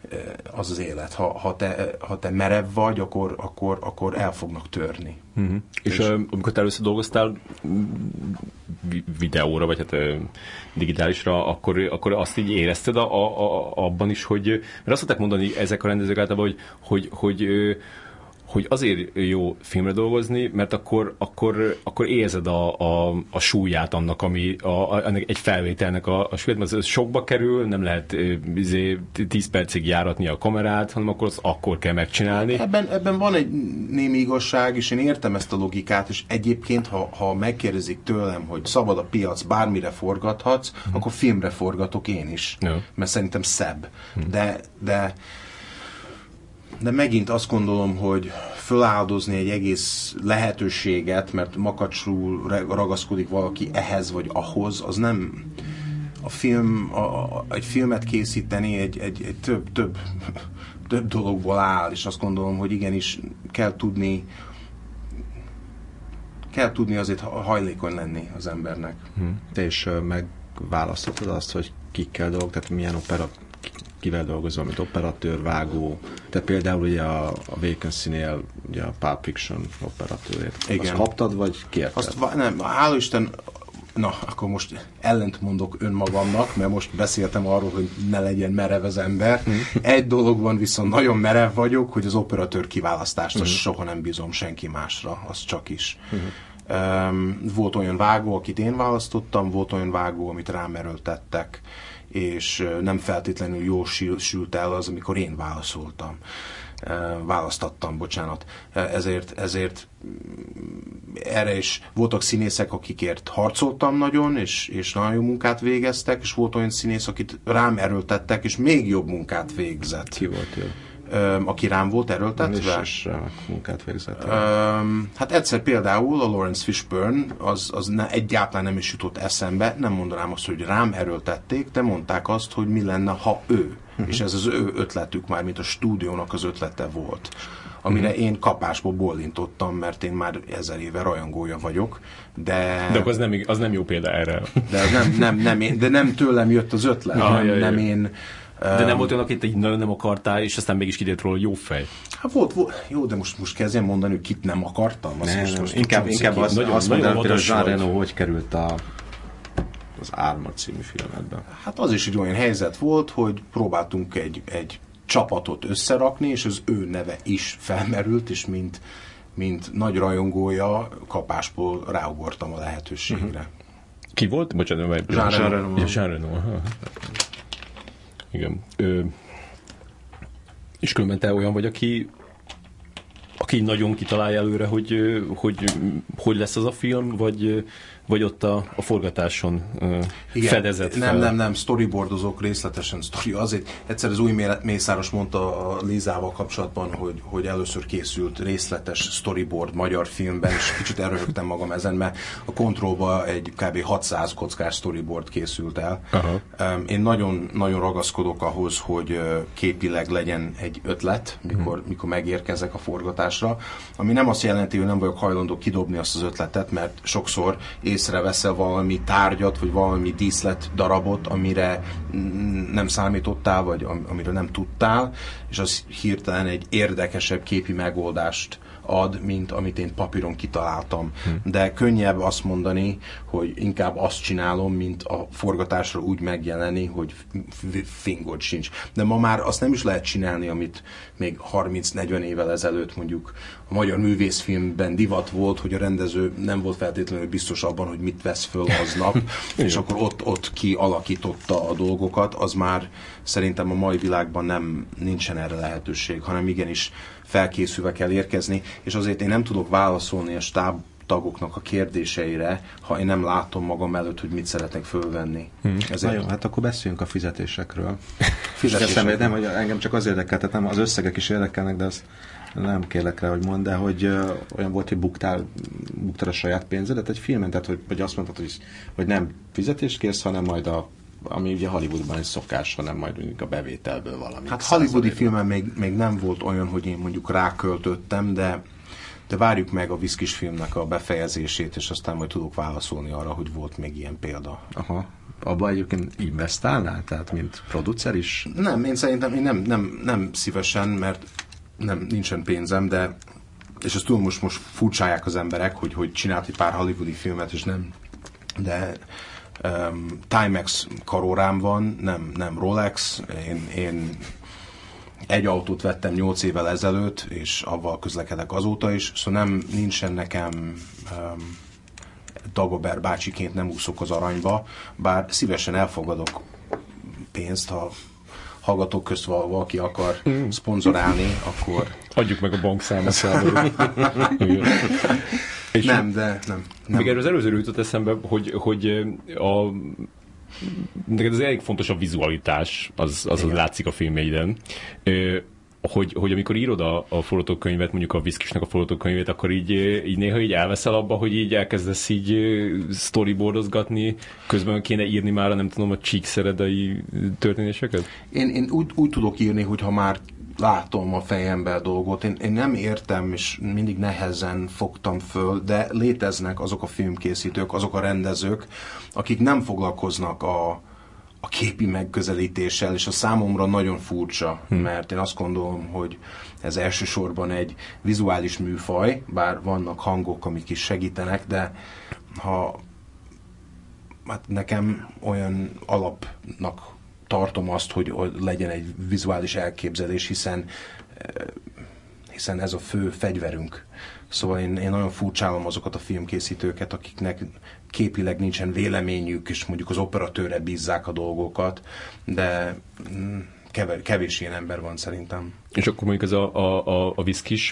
Ha te merev vagy, akkor el fognak törni. És amikor te először dolgoztál videóra, vagy hát digitálisra, akkor azt így érezted abban is, hogy... Mert azt szokták mondani ezek a rendezők általában, hogy azért jó filmre dolgozni, mert akkor érzed a súlyát annak, egy felvételnek a súlyát, mert ez sokba kerül, nem lehet 10 percig járatni a kamerát, hanem akkor kell megcsinálni. Ebben van egy némi igazság, és én értem ezt a logikát, és egyébként, ha megkérdezik tőlem, hogy szabad a piac, bármire forgathatsz, akkor filmre forgatok én is, mert szerintem szebb. De megint azt gondolom, hogy föláldozni egy egész lehetőséget, mert makacsul ragaszkodik valaki ehhez vagy ahhoz, az nem egy filmet készíteni egy több dologból áll, és azt gondolom, hogy igenis kell tudni azért hajlékony lenni az embernek. Te is megválasztottad azt, hogy kikkel dolgok, tehát milyen kivel dolgozol, mint operatőr, vágó. Tehát például ugye a Vacancy-nél ugye a Pulp Fiction operatőrét. Igen. Azt kaptad, vagy kérted? Nem, hála Isten, na, akkor most ellent mondok önmagamnak, mert most beszéltem arról, hogy ne legyen merev az ember. Egy dologban viszont nagyon merev vagyok, hogy az operatőr kiválasztást azt soha nem bízom senki másra, az csak is. Volt olyan vágó, akit én választottam, volt olyan vágó, amit rám erőltettek, és nem feltétlenül jól sült el az, amikor én választattam, bocsánat. Ezért erre is voltak színészek, akikért harcoltam nagyon, és nagyon jó munkát végeztek, és volt olyan színész, akit rám erőltettek, és még jobb munkát végzett. Ki volt ő? Aki rám volt erőltetve. És munkát végzett. Hát egyszer például a Lawrence Fishburne, az egyáltalán nem is jutott eszembe, nem mondanám azt, hogy rám erőltették, de mondták azt, hogy mi lenne, ha ő. És ez az ő ötletük már, mint a stúdiónak az ötlete volt. Amire én kapásból bólintottam, mert én már 1000 éve rajongója vagyok, de akkor az nem jó példa erre. De nem tőlem jött az ötlet, nem én. De nem volt olyan, akit így nagyon nem akartál, és aztán mégis kiderült róla, jó fej. Hát volt, jó, de most kezdjem mondani, hogy kit nem akartam. Inkább azt mondanám, hogy Jean Reno hogy került az Armor című filmedben. Hát az is egy olyan helyzet volt, hogy próbáltunk egy csapatot összerakni, és az ő neve is felmerült, és mint nagy rajongója kapásból ráugortam a lehetőségre. Ki volt? Bocsánat, Jean Reno. Igen. És különben te olyan vagy, aki nagyon kitalálja előre, hogy lesz az a film, vagy ott a forgatáson fedezett fel? Nem, storyboardozok részletesen. Azért egyszer az új Mészáros mondta a Lizával kapcsolatban, hogy először készült részletes storyboard magyar filmben, és kicsit elröhögtem magam ezen, mert a Controlba egy kb. 600 kockás storyboard készült el. Én nagyon, nagyon ragaszkodok ahhoz, hogy képileg legyen egy ötlet, mikor megérkezek a forgatásra, ami nem azt jelenti, hogy nem vagyok hajlandó kidobni azt az ötletet, mert sokszor észreveszel valami tárgyat, vagy valami díszlet darabot, amire nem számítottál, vagy amire nem tudtál, és az hirtelen egy érdekesebb képi megoldást ad, mint amit én papíron kitaláltam. De könnyebb azt mondani, hogy inkább azt csinálom, mint a forgatásra úgy megjelenni, hogy fingod sincs. De ma már azt nem is lehet csinálni, amit még 30-40 évvel ezelőtt mondjuk a magyar művészfilmben divat volt, hogy a rendező nem volt feltétlenül biztos abban, hogy mit vesz föl aznap, és akkor ott kialakította a dolgokat, az már szerintem a mai világban nincsen erre lehetőség, hanem igenis felkészülve kell érkezni, és azért én nem tudok válaszolni a stáb tagoknak a kérdéseire, ha én nem látom magam előtt, hogy mit szeretnék fölvenni. Na jó, hát akkor beszéljünk a fizetésekről. Nem, hogy engem csak az érdekel, tehát nem az összegek is érdekelnek, de azt nem kérlek rá, hogy mondd, de hogy olyan volt, hogy buktál a saját pénzedet egy filmen, tehát hogy azt mondtad, hogy nem fizetést kérsz, hanem majd ami ugye Hollywoodban egy szokás, hanem majd mondjuk a bevételből valami. Hát hollywoodi filmen még nem volt olyan, hogy én mondjuk ráköltöttem, de várjuk meg a Viszkis filmnek a befejezését, és aztán majd tudok válaszolni arra, hogy volt még ilyen példa. Aha. Abba egyébként investálnál? Tehát mint producer is? Nem, én szerintem nem szívesen, mert nincsen pénzem, de és ezt tudom, most furcsálják az emberek, hogy csinált egy pár hollywoodi filmet, és nem, de Timex karórám van, nem Rolex. Én egy autót vettem 8 évvel ezelőtt, és avval közlekedek azóta is, szóval nincsen nekem Dagobert bácsiként nem úszok az aranyba, bár szívesen elfogadok pénzt, ha hallgatók közt valaki akar szponzorálni, akkor... Adjuk meg a bankszámot. Nem. Még erről az előzőről jutott eszembe, hogy neked az elég fontos a vizualitás, az látszik a filmjeiden. Hogy amikor írod a forgatókönyvet, mondjuk a Viszkisnek a forgatókönyvét, akkor így néha így elveszel abba, hogy így elkezdesz így storyboardozgatni, közben kéne írni már a csíkszeredai történéseket? Én úgy tudok írni, hogy ha már látom a fejembe a dolgot. Én nem értem, és mindig nehezen fogtam föl, de léteznek azok a filmkészítők, azok a rendezők, akik nem foglalkoznak a képi megközelítéssel, és a számomra nagyon furcsa, mert én azt gondolom, hogy ez elsősorban egy vizuális műfaj, bár vannak hangok, amik is segítenek, de hát nekem olyan alapnak tartom azt, hogy legyen egy vizuális elképzelés, hiszen ez a fő fegyverünk. Szóval én nagyon furcsálom azokat a filmkészítőket, akiknek képileg nincsen véleményük, és mondjuk az operatőrre bízzák a dolgokat, de kevés ilyen ember van szerintem. És akkor mondjuk ez a Viszkis,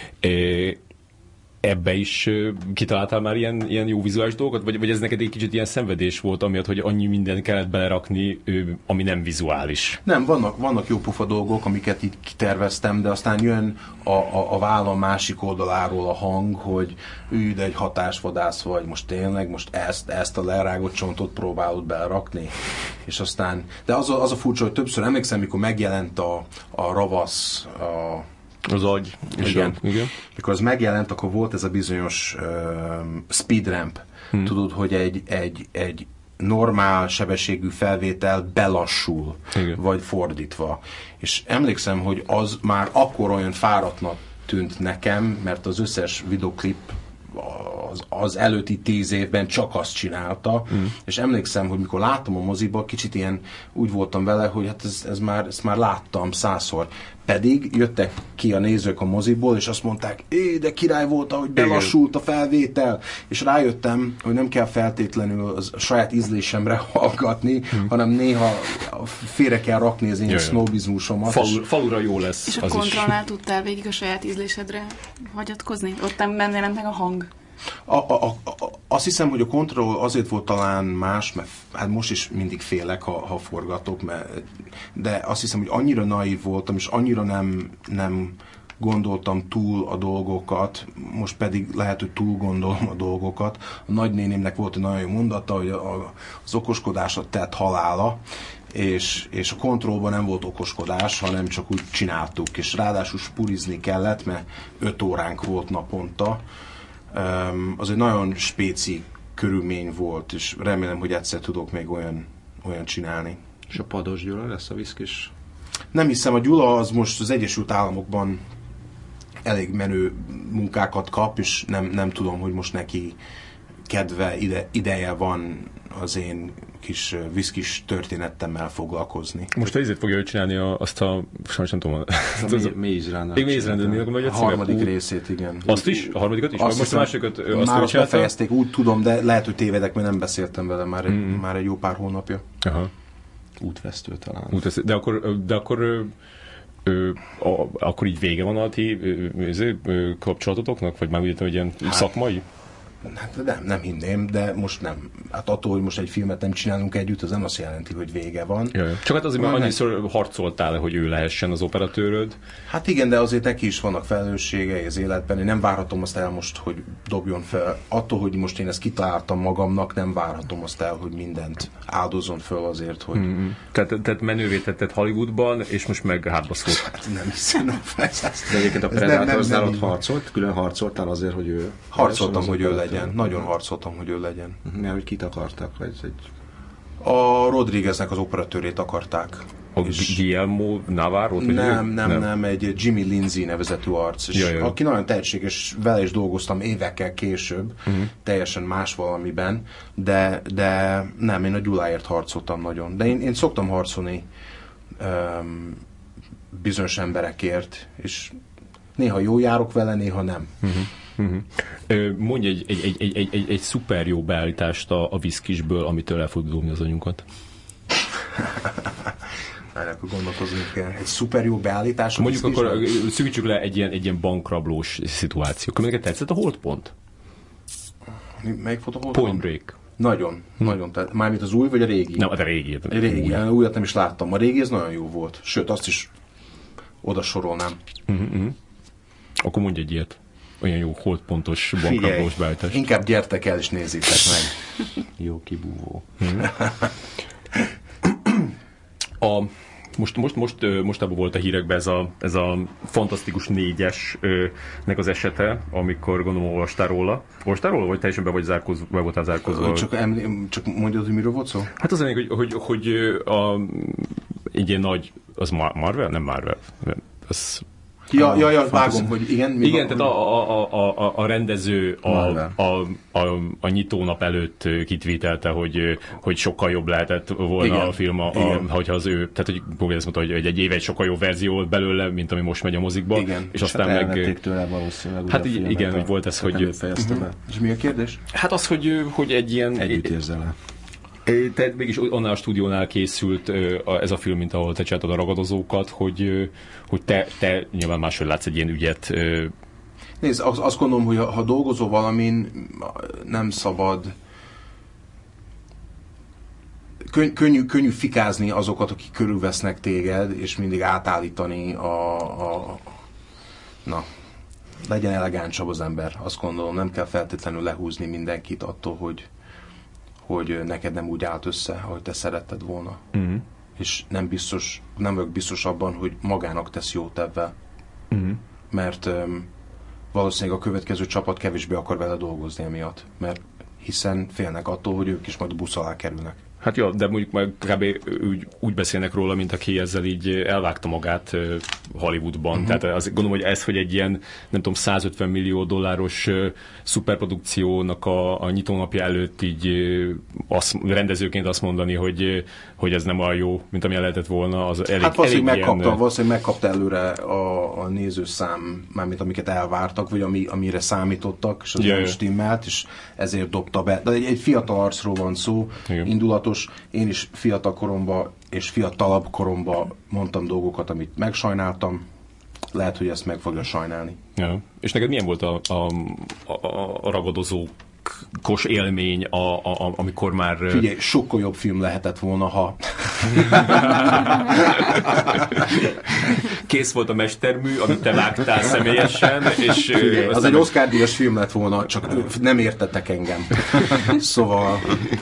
ebbe is kitaláltál már ilyen jó vizuális dolgokat? Vagy ez neked egy kicsit ilyen szenvedés volt, amiatt, hogy annyi mindent kellett belerakni, ami nem vizuális? Nem, vannak jó pofa dolgok, amiket itt kiterveztem, de aztán jön a vállam másik oldaláról a hang, hogy de egy hatásvadász vagy, most tényleg, most ezt a lerágott csontot próbálod belerakni. És aztán, de az a furcsa, hogy többször emlékszem, mikor megjelent a ravasz, Az agy. Igen. Mikor az megjelent, akkor volt ez a bizonyos speed ramp. Tudod, hogy egy normál sebességű felvétel belassul, vagy fordítva. És emlékszem, hogy az már akkor olyan fáradtnak tűnt nekem, mert az összes videoklip az előtti 10 évben csak azt csinálta, és emlékszem, hogy mikor láttam a moziba, kicsit ilyen úgy voltam vele, hogy hát ezt már láttam 100-szor. Pedig jöttek ki a nézők a moziból, és azt mondták, de király volt, ahogy belassult a felvétel, és rájöttem, hogy nem kell feltétlenül a saját ízlésemre hallgatni, hanem néha félre kell rakni az én sznobizmusomat. Falura jó lesz. És a kontrollnál tudtál végig a saját ízlésedre hagyatkozni? Ott nem jelent meg a hang? Azt hiszem, hogy a kontroll azért volt talán más, mert hát most is mindig félek, ha forgatok, de azt hiszem, hogy annyira naív voltam, és annyira nem gondoltam túl a dolgokat, most pedig lehet, hogy túl gondolom a dolgokat. A nagynénémnek volt egy nagyon jó mondata, hogy az okoskodásra tett halála, és a kontrollban nem volt okoskodás, hanem csak úgy csináltuk, és ráadásul spurizni kellett, mert 5 óránk volt naponta. Az egy nagyon spéci körülmény volt, és remélem, hogy egyszer tudok még olyan csinálni. És a Pados Gyula lesz a Viszkis? Nem hiszem, a Gyula az most az Egyesült Államokban elég menő munkákat kap, és nem tudom, hogy most neki kedve, ideje van az én kis viszkis történetemmel foglalkozni. Most ezért fogja ő csinálni azt a... Sajnos nem tudom. A harmadik részét, igen. Azt is? A harmadikat is? Most a másikat már azt befejezték, úgy tudom, de lehet, hogy tévedek, mert nem beszéltem vele már egy jó pár hónapja. Aha. Útvesztő talán. De akkor így vége van a ti kapcsolatotoknak? Vagy már úgy értem, hogy ilyen szakmai? Hát nem hinném, de most nem. Hát attól, hogy most egy filmet nem csinálunk együtt, az nem azt jelenti, hogy vége van. Jaj. Csak hát azért, mert annyiszor harcoltál, hogy ő lehessen az operatőröd. Hát igen, de azért neki is vannak felelősségei az életben. Én nem várhatom azt el most, hogy dobjon fel. Attól, hogy most én ezt kitaláltam magamnak, nem várhatom azt el, hogy mindent áldozzon föl azért, hogy... Tehát menővé tetted Hollywoodban, és most meg hátba szólt. Hát nem hiszem, nem De egyébként a Predator-nál ott harcolt? Külön harcoltál azért, hogy ő... Harcoltam, hogy ő legyen. Nagyon harcoltam, hogy ő legyen. Mert hogy kit akartak? Vagy A Rodrigueznek az operatőrét akarták. A Guillermo Navarro? Nem, egy Jimmy Lindsay nevezetű arc, és aki nagyon tehetséges, vele is dolgoztam évekkel később, teljesen más valamiben, de nem, én a Gyuláért harcoltam nagyon. De én szoktam harcolni bizonyos emberekért, és néha jól járok vele, néha nem. Mondj egy szuper jó beállítást a Viszkisből, amitől el fogjuk dobni az anyunkat. Akkor gondolkozunk kell. Egy szuper jó beállítás. Mondjuk akkor szűkítsük le egy ilyen bankrablós szituáció. Neked tetszett a Holdpont? Melyik volt a Holdpont? Point Break. Nagyon. Mármint az új, vagy a régi? Nem, a régi. Újat nem is láttam. A régi ez nagyon jó volt. Sőt, azt is oda sorolnám. Akkor mondj egy ilyet. Olyan jó holdpontos bankrablós beállítás. Inkább gyertek el és nézzétek meg. Jó kibúvó. Mostában volt a hírekben ez a fantasztikus 4-esnek az esete, amikor gondolom olvastál róla. Olvastál róla, vagy teljesen be voltál zárkózva? Csak mondjad, hogy miről volt szó? Hát az lényeg, hogy egy ilyen nagy, az Marvel? Nem Marvel. Az... Ja, vágom, hogy igen. Igen, tehát a rendező a nyitónap előtt kitvítelte, hogy sokkal jobb lehetett volna igen, a film, hogyha az ő, tehát hogy azt mondta, hogy egy éve egy sokkal jobb verzió volt belőle, mint ami most megy a mozikba. Igen. És aztán hát meg... elvették tőle valószínűleg. Hát igen, hogy volt ez, hogy... És mi a kérdés? Hát az, hogy egy ilyen... Együtt érzel el. Tehát mégis annál a stúdiónál készült ez a film, mint ahol te csináltad a ragadozókat, hogy te nyilván máshogy látsz egy ilyen ügyet. Nézd, azt gondolom, hogy ha dolgozol valamin, nem szabad könnyű fikázni azokat, akik körülvesznek téged, és mindig átállítani na, legyen elegánsabb az ember, azt gondolom, nem kell feltétlenül lehúzni mindenkit attól, hogy neked nem úgy állt össze, ahogy te szeretted volna. Uh-huh. És nem vagyok biztos abban, hogy magának tesz jót ebben. Uh-huh. Mert valószínűleg a következő csapat kevésbé akar vele dolgozni emiatt. Mert hiszen félnek attól, hogy ők is majd busz alá kerülnek. Hát jó, de mondjuk meg kb. Úgy beszélnek róla, mint aki ezzel így elvágta magát Hollywoodban. Uh-huh. Tehát azt gondolom, hogy ez, hogy egy ilyen, nem tudom, $150 millió szuperprodukciónak a nyitónapja előtt így rendezőként azt mondani, hogy ez nem olyan jó, mint amilyen lehetett volna, az elég, hát valószínűleg megkapta előre a nézőszám, mármint amiket elvártak, vagy amire számítottak, és az nem stimmelt, és ezért dobta be. De egy fiatal arcról van szó, igen. Indulatos. Én is fiatal koromban és fiatalabb koromban mondtam dolgokat, amit megsajnáltam. Lehet, hogy ezt meg fogja sajnálni. Ja. És neked milyen volt a ragadozókos élmény, amikor már... Figyelj, sokkal jobb film lehetett volna, ha... Kész volt a mestermű, amit te vágtál személyesen, és... Figyelj, az egy Oscar-díjas film lett volna, csak nem értettek engem. Szóval...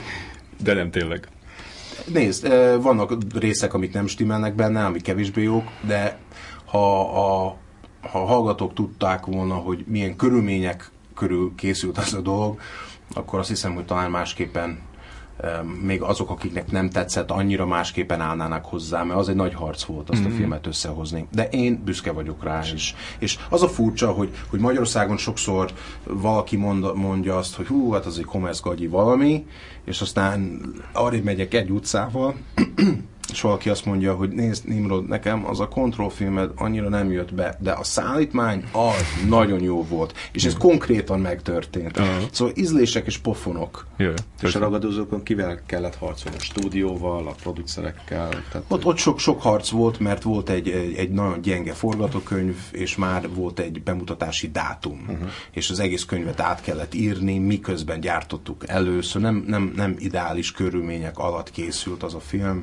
De nem tényleg. Nézd, vannak részek, amik nem stimmelnek benne, amik kevésbé jók, de ha hallgatók tudták volna, hogy milyen körülmények körül készült az a dolog, akkor azt hiszem, hogy talán másképpen még azok, akiknek nem tetszett, annyira másképpen állnának hozzá, mert az egy nagy harc volt azt a filmet összehozni. De én büszke vagyok rá is. És az a furcsa, hogy Magyarországon sokszor valaki mondja azt, hogy hú, hát az egy kommerszgagyi valami, és aztán arrébb megyek egy utcával, és valaki azt mondja, hogy nézd, Nimrod, nekem az a kontrollfilmed annyira nem jött be, de a szállítmány az nagyon jó volt. És ez konkrétan megtörtént. Uh-huh. Szóval ízlések és pofonok. Yeah. És a ragadozókon kivel kellett harcolni? A stúdióval, a producerekkel? Tehát... Ott sok harc volt, mert volt egy nagyon gyenge forgatókönyv, és már volt egy bemutatási dátum. Uh-huh. És az egész könyvet át kellett írni, miközben gyártottuk először. Nem ideális körülmények alatt készült az a film.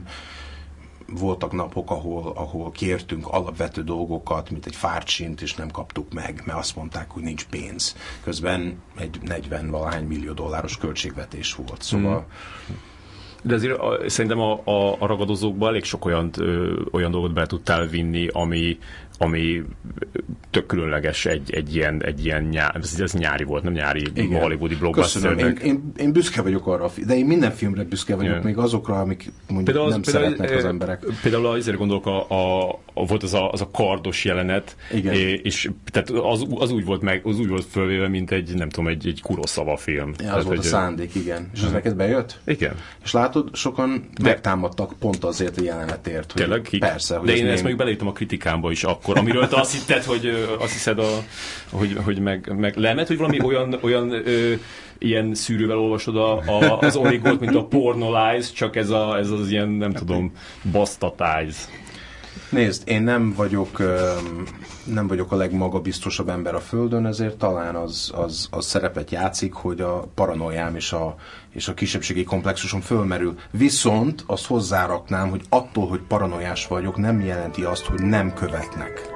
Voltak napok, ahol kértünk alapvető dolgokat, mint egy fárcsint, és nem kaptuk meg, mert azt mondták, hogy nincs pénz. Közben egy 40-valahány millió dolláros költségvetés volt. Szóval... De azért szerintem a ragadozókban elég sok olyan dolgot be tudtál vinni, ami tök különleges egy ilyen ez nyári volt, nem nyári hollywoodi blockbusternek. Én büszke vagyok arra, de én minden filmre büszke vagyok, még azokra, amik mondjuk nem szeretnek az emberek. Például azért gondolok, volt az a kardos jelenet, és tehát az úgy volt fölvéve, mint egy, nem tudom, egy Kurosawa film. Ja, az volt a szándék, igen. És az neked bejött? Igen. És látod, sokan megtámadtak pont azért a jelenetért. Tényleg? Persze. De én ezt még beleírtam a kritikámba is akkor, amiről te azt hitted, hogy azt hiszed, hogy meg lemet, hogy valami olyan ilyen szűrővel olvasod az Origót, mint a Pornolize, csak ez az ilyen, nem tudom, Bastatize. Nézd, én nem vagyok a legmagabiztosabb ember a Földön, ezért talán az szerepet játszik, hogy a paranoiám és a kisebbségi komplexusom fölmerül. Viszont azt hozzáraknám, hogy attól, hogy paranoiás vagyok, nem jelenti azt, hogy nem követnek.